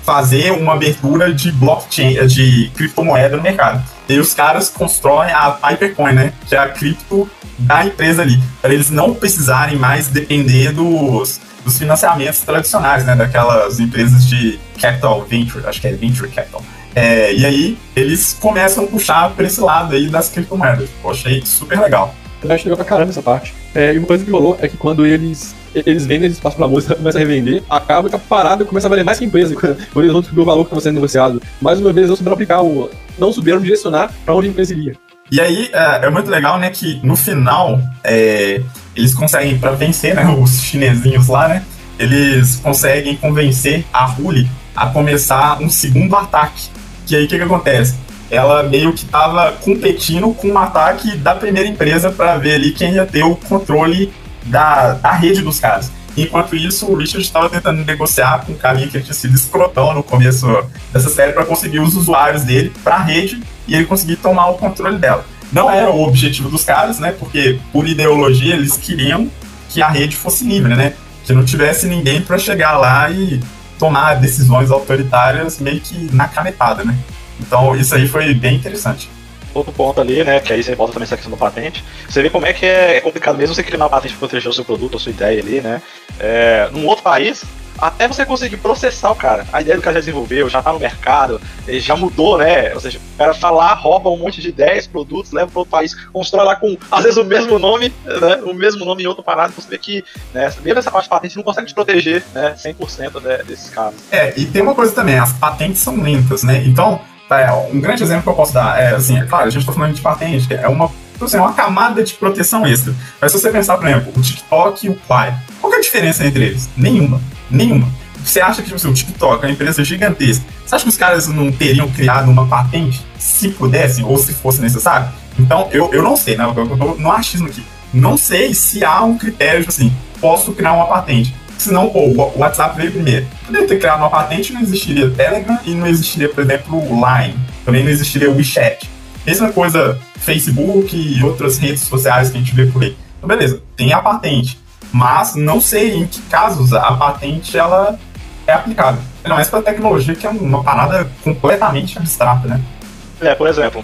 fazer uma abertura de blockchain, de criptomoeda no mercado. E os caras constroem a Hypercoin, né? Que é a cripto da empresa ali, para eles não precisarem mais depender dos, dos financiamentos tradicionais, né? Daquelas empresas de capital venture, acho que é venture capital. É, e aí eles começam a puxar para esse lado aí das criptomoedas. Eu achei super legal. Eu acho legal pra caramba essa parte. É, e uma coisa que rolou é que quando eles, eles vendem esse espaço pra música, começam a revender, acaba que a parada começa a valer mais que a empresa, quando eles vão descobrir o valor que estava sendo negociado. Mais uma vez, eles não souberam aplicar, o, não souberam direcionar pra onde a empresa iria. E aí, é, é muito legal, né, que no final, é, eles conseguem, pra vencer, né, os chinesinhos lá, né, eles conseguem convencer a Hulli a começar um segundo ataque. Que aí, o que que acontece? Ela meio que estava competindo com um ataque da primeira empresa para ver ali quem ia ter o controle da, da rede dos caras. Enquanto isso, o Richard estava tentando negociar com um carinha que tinha sido escrotão no começo dessa série para conseguir os usuários dele para a rede e ele conseguir tomar o controle dela. Não era o objetivo dos caras, né? Porque por ideologia eles queriam que a rede fosse livre, né? Que não tivesse ninguém para chegar lá e tomar decisões autoritárias meio que na canetada, né? Então isso aí foi bem interessante. Outro ponto ali, né, que aí você volta também essa questão da patente, você vê como é que é complicado mesmo você criar uma patente para proteger o seu produto, a sua ideia ali, né, é, num outro país, até você conseguir processar o cara, a ideia do cara já desenvolveu, já tá no mercado, ele já mudou, né, ou seja, o cara tá lá, rouba um monte de ideias, produtos, leva para outro país, constrói lá com, às vezes, o mesmo nome, né, o mesmo nome em outro parado, você vê que, né, mesmo essa parte de patente não consegue te proteger, né, cem por cento de, desses casos. É, e tem uma coisa também, as patentes são lentas, né, então, é, um grande exemplo que eu posso dar é, assim, é claro, a gente está falando de patente, é uma, assim, uma camada de proteção extra. Mas se você pensar, por exemplo, o TikTok e o Quai, qual que é a diferença entre eles? Nenhuma. Nenhuma. Você acha que tipo, o TikTok é uma empresa gigantesca? Você acha que os caras não teriam criado uma patente se pudessem ou se fosse necessário? Então, eu, eu não sei, né? Eu tô no achismo aqui. Não sei se há um critério, tipo assim, posso criar uma patente. Senão, pô, o WhatsApp veio primeiro. Poderia ter criado uma patente, não existiria Telegram e não existiria, por exemplo, o Line. Também não existiria o WeChat. Mesma coisa, Facebook e outras redes sociais que a gente vê por aí. Então, beleza, tem a patente. Mas não sei em que casos a patente ela é aplicável. Não é para tecnologia, que é uma parada completamente abstrata, né? É, por exemplo,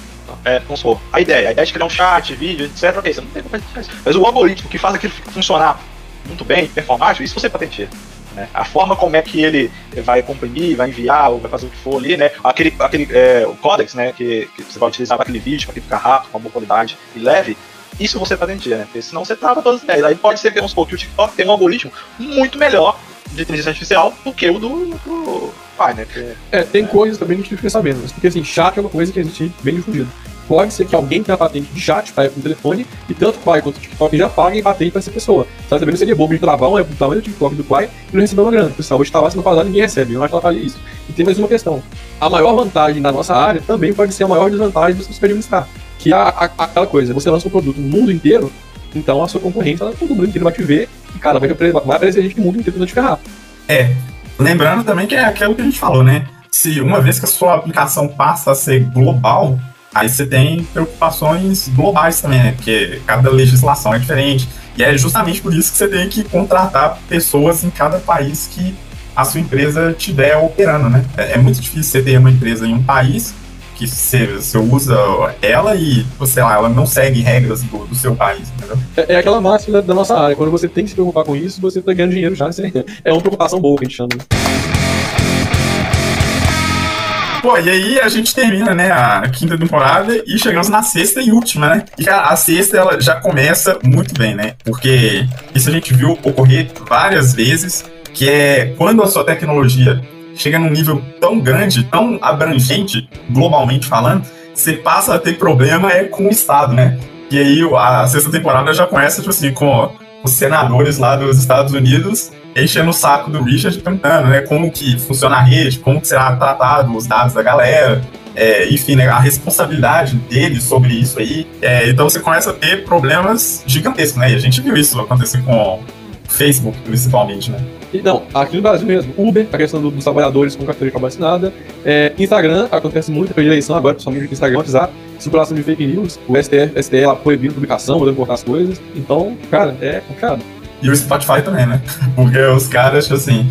é, vamos supor, a ideia, a ideia de criar um chat, vídeo, etcétera. Ok, você não tem como fazer isso. Mas o algoritmo que faz aquilo funcionar muito bem, performático, isso você patenteia. Né? A forma como é que ele vai comprimir, vai enviar, ou vai fazer o que for ali, né? Aquele, aquele é, o codex, né? Que, que você vai utilizar para aquele vídeo, para que ficar rápido, com uma boa qualidade e leve, isso você patenteia, né? Porque senão você trava todas as ideias. Aí pode ser que, vamos supor, que o TikTok tem um algoritmo muito melhor de inteligência artificial do que o do, do pai, né? Porque, é, tem é. coisas também que a gente fica sabendo, porque assim, chat é uma coisa que existe bem difundida. Pode ser que alguém tenha patente de chat para o telefone e tanto o Quai quanto o TikTok já paguem patente para essa pessoa. Sabe, também não seria bobo de travar um, é o tamanho do TikTok do Quai e não receber uma grana. Pessoal, hoje tá lá, se não pagar, ninguém recebe. Eu não acho que ela faria isso. E tem mais uma questão. A maior vantagem da nossa área também pode ser a maior desvantagem do você administrar. Que é a, a, aquela coisa, você lança um produto no mundo inteiro, então a sua concorrência, todo mundo inteiro vai te ver e, cara, vai, vai aparecer gente no mundo inteiro tentando te ferrar. É, lembrando também que é aquilo que a gente falou, né? Se uma vez que a sua aplicação passa a ser global, aí você tem preocupações globais também, né? Porque cada legislação é diferente. E é justamente por isso que você tem que contratar pessoas em cada país que a sua empresa estiver operando, né? É, é muito difícil você ter uma empresa em um país que você, você usa ela e, sei lá, ela não segue regras do, do seu país, entendeu? É, é aquela máxima da nossa área. Quando você tem que se preocupar com isso, você tá ganhando dinheiro já. É uma preocupação boa que a gente chama. Pô, e aí a gente termina, né, a quinta temporada e chegamos na sexta e última, né? E, cara, a sexta, ela já começa muito bem, né? Porque isso a gente viu ocorrer várias vezes, que é quando a sua tecnologia chega num nível tão grande, tão abrangente, globalmente falando, você passa a ter problema é com o Estado, né? E aí a sexta temporada já começa, tipo assim, com os senadores lá dos Estados Unidos enchendo o saco do Richard perguntando, né, como que funciona a rede, como que será tratado os dados da galera, é, enfim, né, a responsabilidade dele sobre isso aí. É, então você começa a ter problemas gigantescos, né? E a gente viu isso acontecer com o Facebook, principalmente, né? E, não, aqui no Brasil mesmo, Uber, a questão do, dos trabalhadores com carteira de trabalho assinada, é, Instagram, acontece muito depois de eleição agora, principalmente no Instagram, WhatsApp, circulação de fake news, o S T F, S T E lá proibindo publicação, mandando cortar as coisas, então, cara, é complicado. E o Spotify também, né? Porque os caras, tipo assim,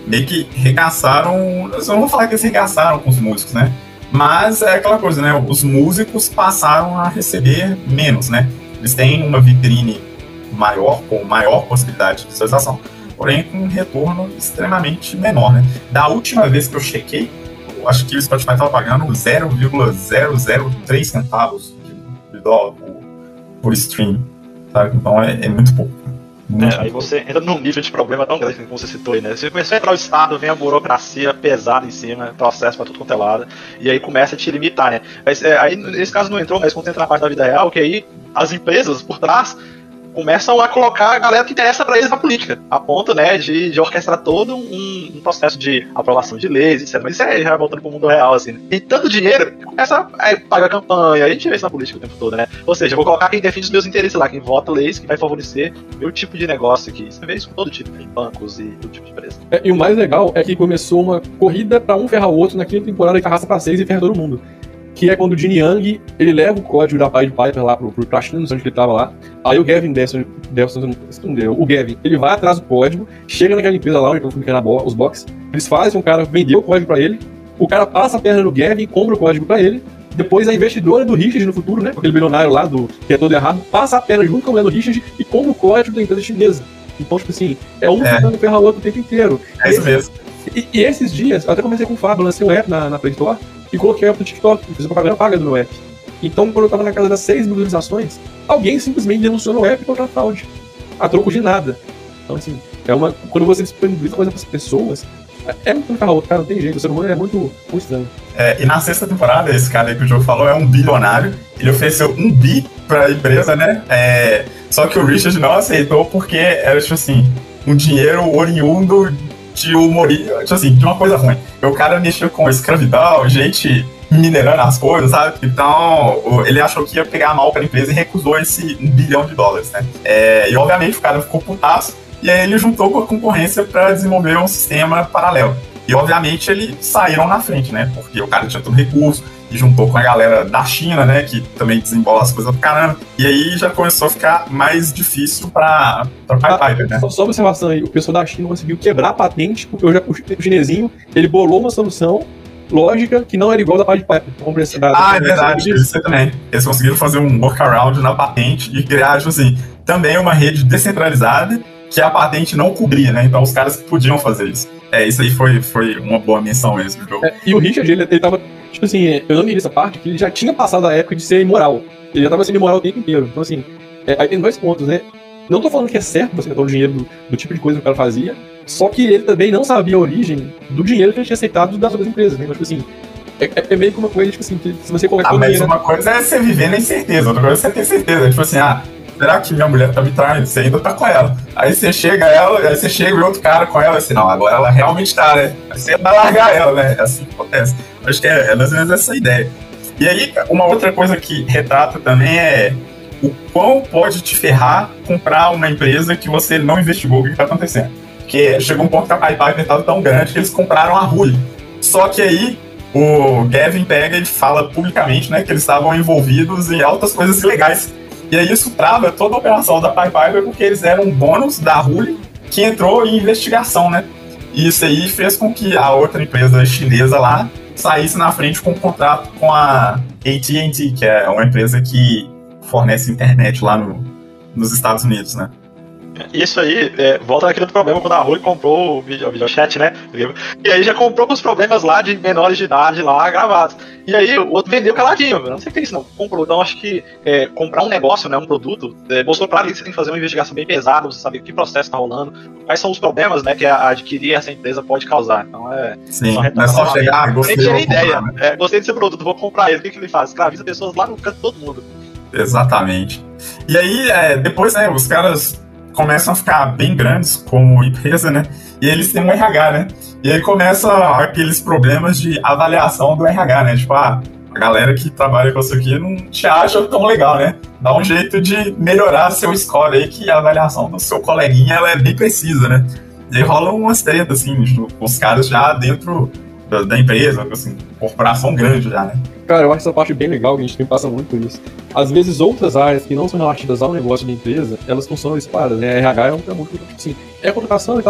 meio que regaçaram. Eu não vou falar que eles regaçaram com os músicos, né? Mas é aquela coisa, né? Os músicos passaram a receber menos, né? Eles têm uma vitrine maior, com maior possibilidade de visualização, porém com um retorno extremamente menor, né? Da última vez que eu chequei, eu acho que o Spotify estava pagando zero vírgula zero zero três centavos de, de dólar por, por stream, sabe? Então é, é muito pouco. Muito É, aí você entra num nível de problema tão grande como você citou aí, né? Você começou a entrar no Estado, vem a burocracia pesada em cima, processo pra tudo quanto é lado, e aí começa a te limitar, né? Mas, é, aí nesse caso não entrou, mas quando entra na parte da vida real, que aí as empresas por trás começam a colocar a galera que interessa pra eles na política, a ponto, né, de, de orquestrar todo um, um processo de aprovação de leis, etcétera. Mas isso é já voltando pro mundo real, assim, né? Tem tanto dinheiro, começa a pagar campanha, a gente vê isso na política o tempo todo, né? Ou seja, eu vou colocar quem defende os meus interesses lá, quem vota leis que vai favorecer meu tipo de negócio aqui. Você vê isso com todo tipo, em bancos e todo tipo de empresa. É, e o mais legal é que começou uma corrida pra um ferrar o outro na quinta temporada que arrasta pra seis e ferra todo mundo. Que é quando o Gene Young, ele leva o código da Pied Piper lá pro, pro pra China, não sei onde ele tava lá. Aí o Gavin Delson, Delson o Gavin, ele vai atrás do código, chega naquela empresa lá, onde estão ficando os box, eles fazem o cara vender o código pra ele, o cara passa a perna no Gavin, compra o código pra ele, depois a investidora do Richard no futuro, né, aquele bilionário lá, do, que é todo errado, passa a perna junto com a mulher do Richard e compra o código da empresa chinesa. Então, tipo assim, é um É. tentando ferrar o outro o tempo inteiro. É isso mesmo. E, e esses dias, eu até comecei com o Fábio, lancei um app na, na Play Store e coloquei o app no TikTok, fiz uma propaganda paga do meu app. Então, quando eu tava na casa das seis mil visualizações, alguém simplesmente denunciou no app contra a fraude, a troco de nada. Então, assim, é uma, quando você disponibiliza coisa pras pessoas, é muito ferrar o outro, cara, não tem jeito, o ser humano é muito, muito estranho. É, e na sexta temporada, esse cara aí que o Joe falou é um bilionário. Ele ofereceu um bi pra empresa, né? É, só que o Richard não aceitou porque era, tipo assim, um dinheiro oriundo de humorismo, tipo assim, de uma coisa ruim. O cara mexeu com escravidão, gente minerando as coisas, sabe? Então, o- ele achou que ia pegar mal pra empresa e recusou esse um bilhão de dólares, né? É, e obviamente o cara ficou putaço, e aí ele juntou com a concorrência pra desenvolver um sistema paralelo. E obviamente eles saíram na frente, né? Porque o cara tinha todo recurso, e juntou com a galera da China, né? Que também desembola as coisas do caramba. E aí já começou a ficar mais difícil pra, pra Pied Piper, né? Só, só uma observação aí, o pessoal da China conseguiu quebrar a patente, porque eu já puxei o chinesinho, ele bolou uma solução lógica que não era igual da Pied Piper. Vamos ver se dá- Ah, é verdade, isso também. Eles conseguiram fazer um workaround na patente e criar, tipo assim, também uma rede descentralizada que a patente não cobria, né? Então os caras podiam fazer isso. É, isso aí foi, foi uma boa menção mesmo, Joe. É, e o Richard, ele, ele tava, tipo assim, eu não li essa parte, que ele já tinha passado a época de ser imoral. Ele já tava sendo imoral o tempo inteiro. Então, assim, é, aí tem dois pontos, né? Não tô falando que é certo você gastar o dinheiro do, do tipo de coisa que o cara fazia, só que ele também não sabia a origem do dinheiro que ele tinha aceitado das outras empresas, né? Então, tipo assim, é, é meio que uma coisa, tipo assim, que se você colocar Ah, todo o mas dinheiro... uma coisa é você viver na incerteza, outra coisa é você ter certeza. Tipo assim, ah, será que minha mulher tá me traindo? Você ainda tá com ela. Aí você chega ela, aí você chega e outro cara com ela, assim, não, agora ela realmente tá, né? Aí você vai largar ela, né? É assim que acontece. Acho que é, é mais ou menos essa ideia. E aí, uma outra coisa que retrata também é o quão pode te ferrar comprar uma empresa que você não investigou o que tá acontecendo. Porque chegou um ponto que a Pied Piper estava tão grande que eles compraram a Hulu. Só que aí o Gavin pega e fala publicamente, né, que eles estavam envolvidos em altas coisas ilegais. E aí isso trava toda a operação da Pied Piper porque eles eram um bônus da Hulu que entrou em investigação, né? E isso aí fez com que a outra empresa chinesa lá saísse na frente com um contrato com a A T and T, que é uma empresa que fornece internet lá no, nos Estados Unidos, né? Isso aí, é, volta naquele outro problema quando a Rui comprou o video, o videochat, né? E aí já comprou com os problemas lá de menores de idade lá gravados. E aí o outro vendeu caladinho, eu não sei o que é isso não. Comprou. Então acho que é, comprar um negócio, né, um produto, é, mostrou pra ali que você tem que fazer uma investigação bem pesada, você saber que processo tá rolando, quais são os problemas, né, que a, adquirir essa empresa pode causar. Então é. Sim, não é só chegar, ah, gostei. Nem tinha vou ideia. comprar, né? É, gostei desse produto, vou comprar ele. O que, que ele faz? Escraviza pessoas lá no canto de todo mundo. Exatamente. E aí, é, depois, né, os caras começam a ficar bem grandes como empresa, né? E eles têm um R H, né? E aí começam aqueles problemas de avaliação do R H, né? Tipo, ah, a galera que trabalha com isso aqui não te acha tão legal, né? Dá um jeito de melhorar seu score aí, que a avaliação do seu coleguinha ela é bem precisa, né? E aí rolam umas tretas, assim, os caras já dentro da, da empresa, assim, corporação grande já, né? Cara, eu acho essa parte bem legal, que a gente tem passa muito por isso. Às vezes outras áreas que não são relativas ao negócio da empresa, elas funcionam separadas, né? A R H é um é muito, tipo assim, é contratação e tal, mas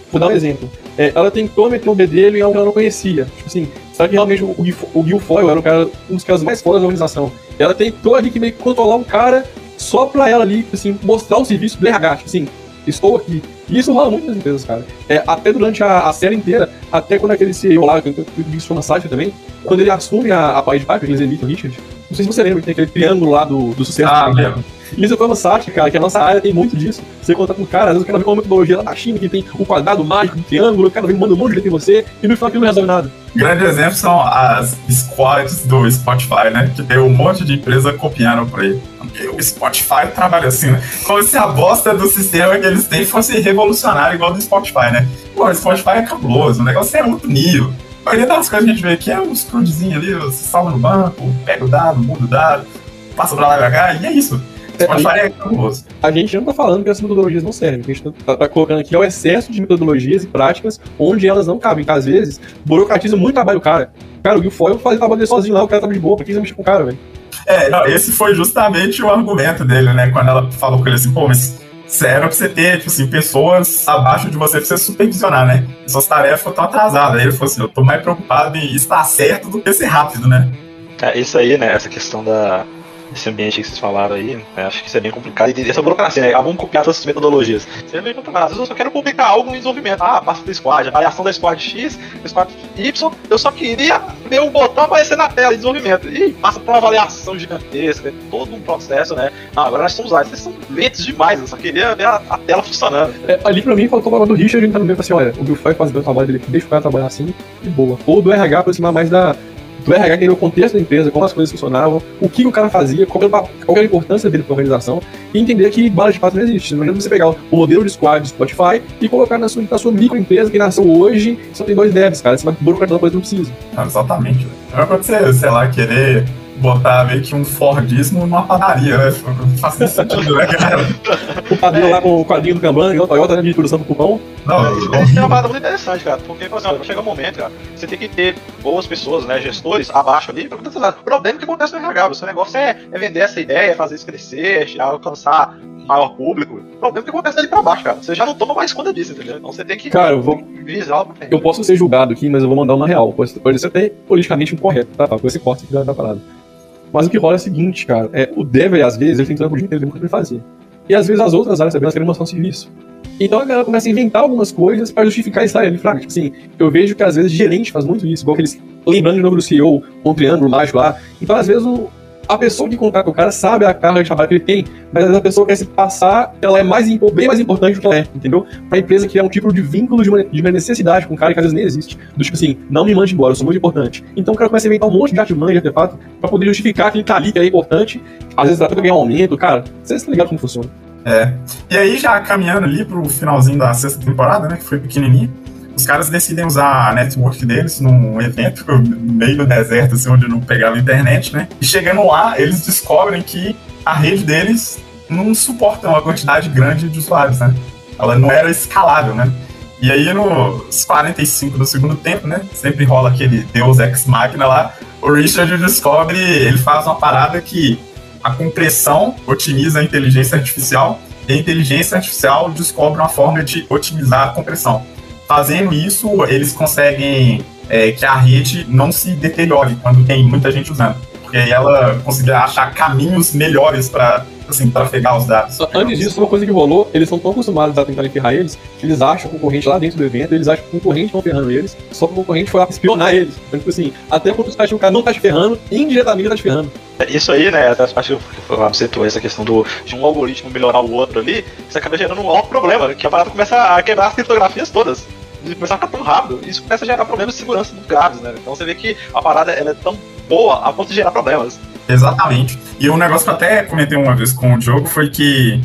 vou dar um exemplo. É, ela tentou meter um bedelho em algo que ela não conhecia. Tipo assim, será que realmente o, o Guilfoyle era um, cara, um dos caras mais fodas da organização? Ela tentou ali que meio que controlar um cara só pra ela ali, tipo assim, mostrar o serviço do R H, tipo assim, estou aqui. E isso rola muito nas empresas, cara. É, até durante a, a série inteira, até quando aquele C E O lá, que eu disse na Sasha também, quando ele assume a, a Pie de Pipe, eles elitam o Richard, não sei se você lembra, que tem aquele triângulo lá do, do sucesso. Ah, mesmo. Isso foi uma Sasha, cara, que a nossa área tem muito disso. Você conta com o cara, às vezes o cara vê uma metodologia lá da China, que tem o quadrado mágico, o triângulo, o cara vem manda um monte de letra em você, e no final aquilo não resolve nada. Grande exemplo são as squads do Spotify, né? Que tem um monte de empresa copiando por aí. O Spotify trabalha assim, né? Como se a bosta do sistema que eles têm fosse revolucionário igual do Spotify, né? Pô, o Spotify é cabuloso, o negócio é muito nível. A maioria das coisas que a gente vê aqui é uns crudezinhos ali, você salva no banco, pega o dado, muda o dado, passa pra lá e pra cá, e é isso. O Spotify é cabuloso. A gente não tá falando que essas metodologias não servem. O que a gente tá, tá colocando aqui é o excesso de metodologias e práticas onde elas não cabem. Que às vezes burocratiza muito o trabalho do cara. Cara, o Guilfoyle fazia o trabalho dele sozinho lá, o cara tava de boa. Pra que você mexer com o cara, velho? É, não, esse foi justamente o argumento dele, né? Quando ela falou com ele assim, pô, mas era pra você ter, tipo assim, pessoas abaixo de você pra você supervisionar, né? Suas tarefas estão atrasadas. Aí ele falou assim, eu tô mais preocupado em estar certo do que ser rápido, né? É, isso aí, né? Essa questão da... esse ambiente que vocês falaram aí, né? Acho que isso é bem complicado. E essa burocracia, né? Ah, vamos copiar todas essas metodologias. Você é bem complicado. Às vezes eu só quero publicar algo em desenvolvimento. Ah, passa do squad, avaliação da squad X, da squad Y. Eu só queria ver o botão aparecer na tela de desenvolvimento. E passa por uma avaliação gigantesca. Todo um processo, né? Não, agora nós somos áreas. Vocês são lentos demais. Eu só queria ver a, a tela funcionando. É, ali pra mim faltou o trabalho do Richard. A gente tá no meio e falou assim: olha, o Guilfoyle faz bem o trabalho dele aqui, deixa o cara trabalhar assim, de boa. Ou do R H aproximar mais da. Do R H entender o contexto da empresa, como as coisas funcionavam, o que o cara fazia, qual era, qual era a importância dele para a organização, e entender que bala de fato não existe. Não adianta você pegar o modelo de squad do Spotify e colocar na sua, na sua microempresa que nasceu hoje, só tem dois devs, cara. Você vai burocratizar uma coisa que não precisa. Ah, exatamente. Não é pra você, sei lá, querer botar meio que um Fordismo numa padaria, né? Não faz sentido, né, cara? O padrinho é. lá com o quadrinho do Kanban, igual o Toyota, né, de produção do cupom. Não, isso é uma parada muito interessante, cara, porque assim, vai chegar um momento, cara, você tem que ter boas pessoas, né, gestores abaixo ali, pra acontecer. O problema que acontece no R H, o seu negócio é, é vender essa ideia, fazer isso crescer, alcançar um maior público. O problema que acontece ali pra baixo, cara, você já não toma mais conta disso, entendeu? Então você tem que cara, eu vou... visar o Eu posso ser julgado aqui, mas eu vou mandar uma real, pode, pode ser até politicamente incorreto, tá? Com esse corte aqui da, da parada. Mas o que rola é o seguinte, cara, é, o dev, às vezes, ele tem trampo o dia inteiro, ele não tem o que fazer. E às vezes as outras áreas também querem mostrar um serviço. Então a galera começa a inventar algumas coisas pra justificar isso aí. Tipo assim, eu vejo que às vezes gerente faz muito isso, igual aqueles, lembrando de novo do C E O, com um triângulo mágico lá. Então às vezes o, a pessoa que contrata o cara sabe a carga de trabalho que ele tem, mas às vezes a pessoa quer se passar, ela é mais, bem mais importante do que ela é, entendeu? Pra empresa criar um tipo de vínculo de uma, de uma necessidade com um cara que às vezes nem existe. Do tipo assim, não me mande embora, eu sou muito importante. Então o cara começa a inventar um monte de artimanha, de artefato, pra poder justificar que ele tá ali, que ele é importante. Às vezes trata pra ganhar um aumento, cara, vocês estão ligados como funciona. É. E aí, já caminhando ali pro finalzinho da sexta temporada, né, que foi pequenininho, os caras decidem usar a network deles num evento no meio do deserto, assim, onde não pegava internet, né? E chegando lá, eles descobrem que a rede deles não suporta uma quantidade grande de usuários, né? Ela não era escalável, né? E aí, nos quarenta e cinco do segundo tempo, né? Sempre rola aquele Deus Ex Machina lá, o Richard descobre, ele faz uma parada que a compressão otimiza a inteligência artificial e a inteligência artificial descobre uma forma de otimizar a compressão. Fazendo isso, eles conseguem é, que a rede não se deteriore quando tem muita gente usando. Porque aí ela consegue achar caminhos melhores para assim, trafegar os dados. Antes disso, uma coisa que rolou, eles são tão acostumados a tentar ferrar eles, que eles acham o concorrente lá dentro do evento, eles acham que o concorrente estão ferrando eles, só que o concorrente foi lá espionar eles. Então, tipo assim, até quando você acha que o cara não tá te ferrando, indiretamente tá te ferrando. Isso aí, né, até acho que o Fábio citou essa questão do, de um algoritmo melhorar o outro ali, isso acaba gerando um alto problema, que a parada começa a quebrar as criptografias todas. E começa a ficar tão rápido, isso começa a gerar problemas de segurança dos dados, né? Então você vê que a parada ela é tão boa a ponto de gerar problemas. Exatamente. E um negócio que eu até comentei uma vez com o Diogo foi que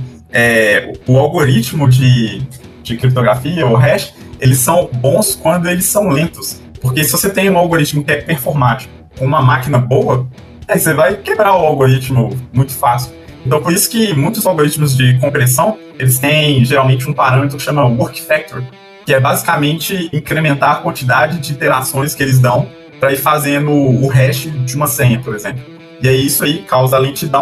é, o algoritmo de, de criptografia, o hash, eles são bons quando eles são lentos. Porque se você tem um algoritmo que é performático com uma máquina boa, aí você vai quebrar o algoritmo muito fácil. Então por isso que muitos algoritmos de compressão, eles têm geralmente um parâmetro que chama work factor, que é basicamente incrementar a quantidade de iterações que eles dão para ir fazendo o hash de uma senha, por exemplo. E aí isso aí causa lentidão,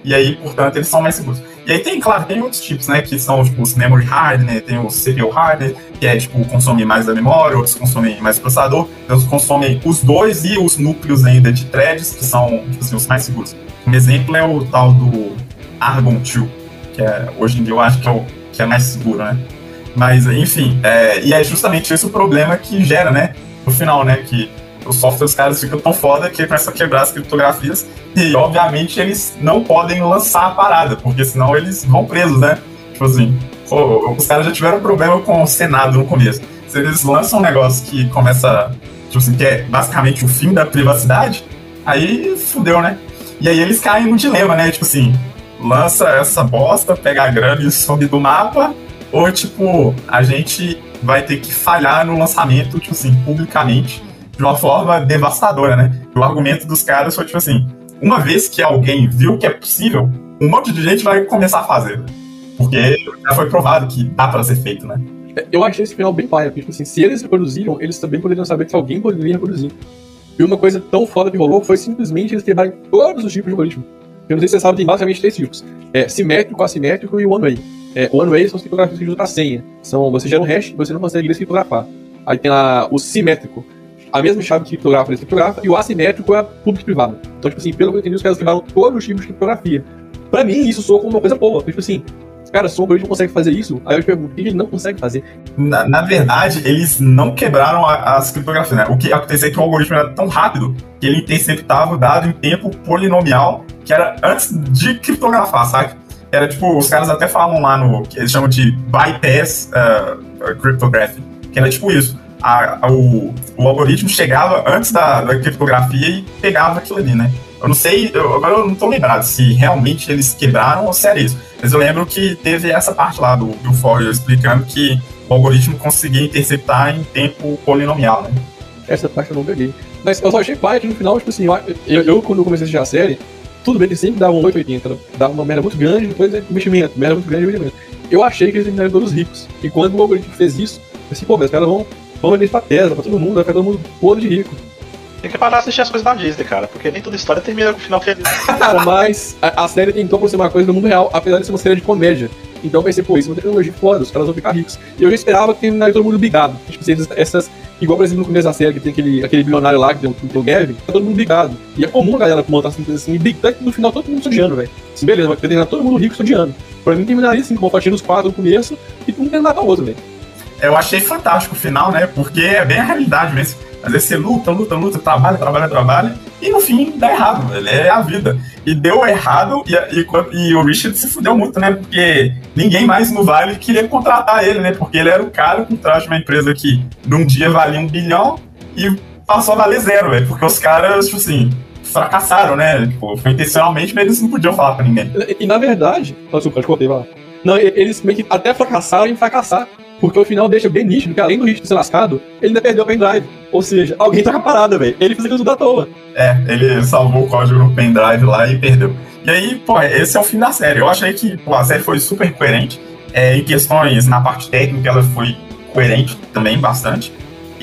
e aí, portanto, eles são mais seguros. E aí tem, claro, tem outros tipos, né, que são, tipo, os memory hardener, tem o C P U hardener, que é, tipo, consome mais da memória, outros consomem mais processador, outros consomem os dois e os núcleos ainda de threads, que são, tipo assim, os mais seguros. Um exemplo é o tal do Argon dois, que é, hoje em dia eu acho que é, o, que é mais seguro, né. Mas, enfim, é, e é justamente esse o problema que gera, né, no final, né, que os softwares dos caras ficam tão foda que começam a quebrar as criptografias e, obviamente, eles não podem lançar a parada, porque senão eles vão presos, né? Tipo assim, pô, os caras já tiveram problema com o Senado no começo. Se eles lançam um negócio que começa, tipo assim, que é basicamente o fim da privacidade, aí fudeu, né? E aí eles caem no dilema, né? Tipo assim, lança essa bosta, pega a grana e some do mapa, ou, tipo, a gente vai ter que falhar no lançamento, tipo assim, publicamente, de uma forma devastadora, né? E o argumento dos caras foi tipo assim, uma vez que alguém viu que é possível, um monte de gente vai começar a fazer. Porque já foi provado que dá pra ser feito, né? Eu achei esse final bem paia, porque, tipo assim, se eles reproduziram, eles também poderiam saber que alguém poderia reproduzir. E uma coisa tão foda que rolou foi simplesmente eles quebrarem todos os tipos de algoritmo. Eu não sei se você sabe, tem basicamente três tipos. É simétrico, assimétrico e one-way. É, one-way são as criptografias que usam pra senha. São, você gera um hash e você não consegue descriptografar. Aí tem lá o simétrico. A mesma chave que criptografa, ele criptografa, e o assimétrico é público e privado. Então, tipo assim, pelo que eu entendi, os caras quebraram todos os tipos de criptografia. Pra mim, isso soa como uma coisa boa. Porque, tipo assim, cara, se o algoritmo consegue fazer isso, aí eu te pergunto, o que ele não consegue fazer? Na, na verdade, eles não quebraram a, as criptografias, né? O que aconteceu é que o algoritmo era tão rápido que ele interceptava o dado em tempo polinomial, que era antes de criptografar, sabe? Era tipo, os caras até falam lá no, que eles chamam de bypass uh, cryptography, que era tipo isso. A, a, o, o algoritmo chegava antes da, da criptografia e pegava aquilo ali, né? Eu não sei, eu, agora eu não tô lembrado se realmente eles quebraram ou se era isso. Mas eu lembro que teve essa parte lá do, do fórum explicando que o algoritmo conseguia interceptar em tempo polinomial, né? Essa parte eu não peguei. Mas eu só achei pai que no final, tipo assim, eu, eu quando eu comecei a assistir a série, tudo bem que sempre dava um oitocentos e oitenta, dava uma merda muito grande, depois é investimento, merda muito grande, investimento. Eu achei que eles eliminaram todos os ricos. E quando o algoritmo fez isso, eu pensei, pô, mas os caras vão Vamos vender pra Tesla, pra todo mundo, vai ficar todo mundo podre de rico. Tem que parar de assistir as coisas da Disney, cara, porque nem toda história termina com o final feliz. Cara, mas a, a série tentou aproximar coisa do mundo real, apesar de ser uma série de comédia. Então eu pensei, pô, isso é uma tecnologia foda, os caras vão ficar ricos. E eu já esperava que terminaria todo mundo brigado. Tipo, essas, igual, por exemplo, no começo da série, que tem aquele, aquele bilionário lá, que tem o, o Gavin, tá todo mundo brigado. E é comum a galera montar assim, assim, e brigar, no final todo mundo se odiando, velho. Assim, beleza, vai terminar todo mundo rico se odiando. Pra mim terminaria assim, com uma fatia dos quatro no começo, e um terminar pra outro, velho. Eu achei fantástico o final, né? Porque é bem a realidade mesmo. Às vezes você luta, luta, luta, trabalha, trabalha, trabalha, e no fim dá errado, velho. É a vida. E deu errado, e, e, e o Richard se fudeu muito, né? Porque ninguém mais no Vale queria contratar ele, né? Porque ele era o cara com trás de uma empresa que num dia valia um bilhão e passou a valer zero, velho. Porque os caras, tipo assim, fracassaram, né? Tipo, foi intencionalmente, mas eles não podiam falar pra ninguém. E, e na verdade, nossa, pode cortei, vai lá. Não, eles meio que até fracassaram em fracassar. Porque o final deixa bem nítido que, além do Richard ser lascado, ele ainda perdeu o pendrive. Ou seja, alguém tá com a parada, velho. Ele fez aquilo tudo à toa. É, ele salvou o código no pendrive lá e perdeu. E aí, pô, esse é o fim da série. Eu achei que, pô, a série foi super coerente. É, em questões, na parte técnica, ela foi coerente também, bastante.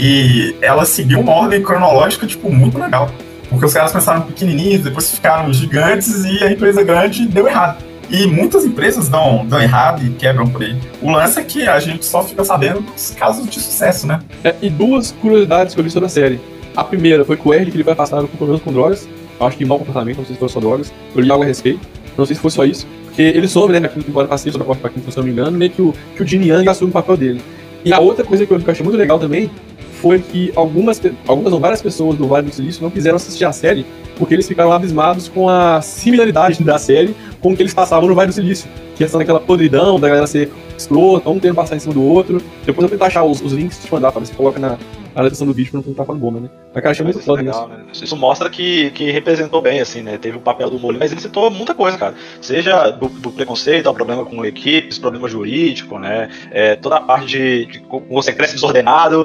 E ela seguiu uma ordem cronológica, tipo, muito legal. Porque os caras começaram pequenininhos, depois ficaram gigantes e a empresa grande deu errado. E muitas empresas dão, dão errado e quebram por aí. O lance é que a gente só fica sabendo dos casos de sucesso, né? É, e duas curiosidades que eu vi sobre a série. A primeira foi que o R que ele vai passar com problemas com drogas. Eu acho que mau comportamento, não sei se foi só drogas. Eu li algo a respeito. Não sei se foi só isso. Porque ele soube, né, na quinta temporada passei sobre a Porta Paquita, se eu não me engano, meio que o, que o Gene Young assume o papel dele. E a outra coisa que eu, que eu achei muito legal também foi que algumas, algumas ou várias pessoas do Vale do Silício não quiseram assistir a série porque eles ficaram abismados com a similaridade da série com o que eles passavam no Vale do Silício. Que é daquela podridão, da galera ser escrota, um tendo passar em cima do outro. Depois eu vou tentar achar os, os links que te mandar, pra ver se coloca na, na descrição do vídeo pra não estar falando bomba, né? Mas cara, achei muito foda isso. Né? Isso mostra que, que representou bem, assim, né? Teve o papel do Molho, mas ele citou muita coisa, cara. Seja do, do preconceito, ao problema com equipes, problema jurídico, né? É, toda a parte de, de como você cresce desordenado.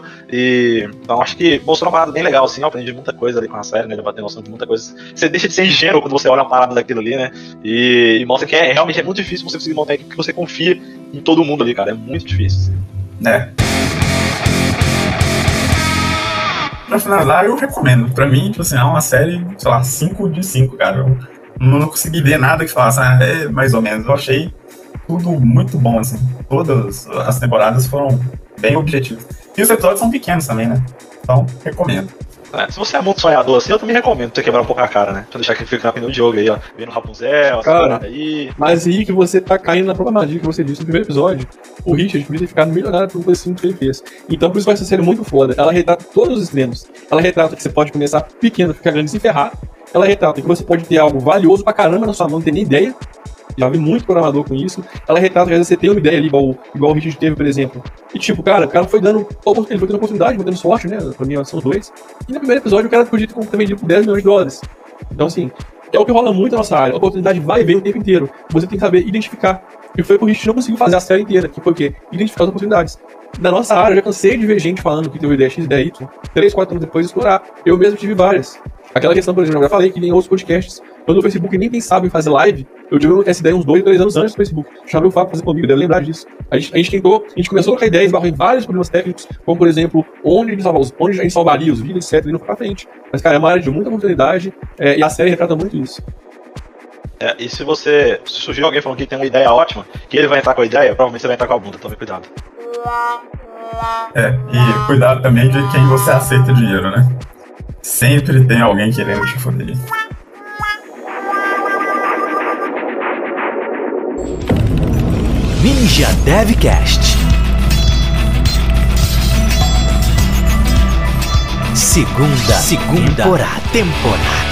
E então acho que mostrou uma parada bem legal, assim. Eu aprendi muita coisa ali com a série, né? Já ter noção de muita coisa. Você deixa de ser ingênuo quando você olha uma parada daquilo ali, né? E, e mostra que é, realmente é muito difícil você conseguir montar uma equipe que você confia em todo mundo ali, cara. É muito difícil. Assim. É. Pra finalizar, eu recomendo. Pra mim, tipo assim, é uma série, sei lá, cinco de cinco, cara. não consegui ver nada que falasse, ah, é mais ou menos. Eu achei tudo muito bom, assim. Todas as temporadas foram bem objetivas. E os episódios são pequenos também, né? Então, recomendo. É, se você é muito sonhador assim, eu também recomendo você quebrar um pouco a cara, né? Pra deixar que fique na pneu de jogo aí, ó. Vendo Rapunzel, cara, aí. Mas aí que você tá caindo na própria magia que você disse no primeiro episódio. O Richard podia ter ficado milionário por coisa assim que ele fez. Então por isso vai ser série muito foda. Ela retrata todos os extremos. Ela retrata que você pode começar pequeno, ficar grande e se ferrar. Ela retrata que você pode ter algo valioso pra caramba na sua mão, não ter nem ideia. Já vi muito programador com isso. Ela retrata que às vezes você tem uma ideia ali, igual, igual o Richard teve, por exemplo. E tipo, cara, o cara foi dando ele foi dando oportunidade, foi dando sorte, né? Pra mim são os dois. E no primeiro episódio o cara podia ter também por dez milhões de dólares. Então assim, é o que rola muito na nossa área. A oportunidade vai e vem o tempo inteiro. Você tem que saber identificar. E foi por isso que a gente não conseguiu fazer a série inteira. Que foi o quê? Identificar as oportunidades. Na nossa área, eu já cansei de ver gente falando que teve ideia X, ideia Y, três, quatro anos depois explorar. Eu mesmo tive várias. Aquela questão, por exemplo, eu já falei que nem outros podcasts. Quando o Facebook nem pensava em fazer live, eu tive essa ideia uns dois, três anos antes do Facebook. Chamei o Fábio pra fazer comigo, deve lembrar disso. A gente, a gente tentou, a gente começou a trocar ideias, esbarrou em vários problemas técnicos, como por exemplo, onde a gente, salva, onde a gente salvaria os vídeos, etcétera, e não foi pra frente. Mas, cara, é uma área de muita oportunidade, é, e a série retrata muito isso. É, e se você se surgir alguém falando que tem uma ideia ótima, que ele vai entrar com a ideia, provavelmente você vai entrar com a bunda, tome cuidado. É, e cuidado também de quem você aceita dinheiro, né? Sempre tem alguém querendo te foder. Ninja Devcast. Segunda, segunda temporada. temporada.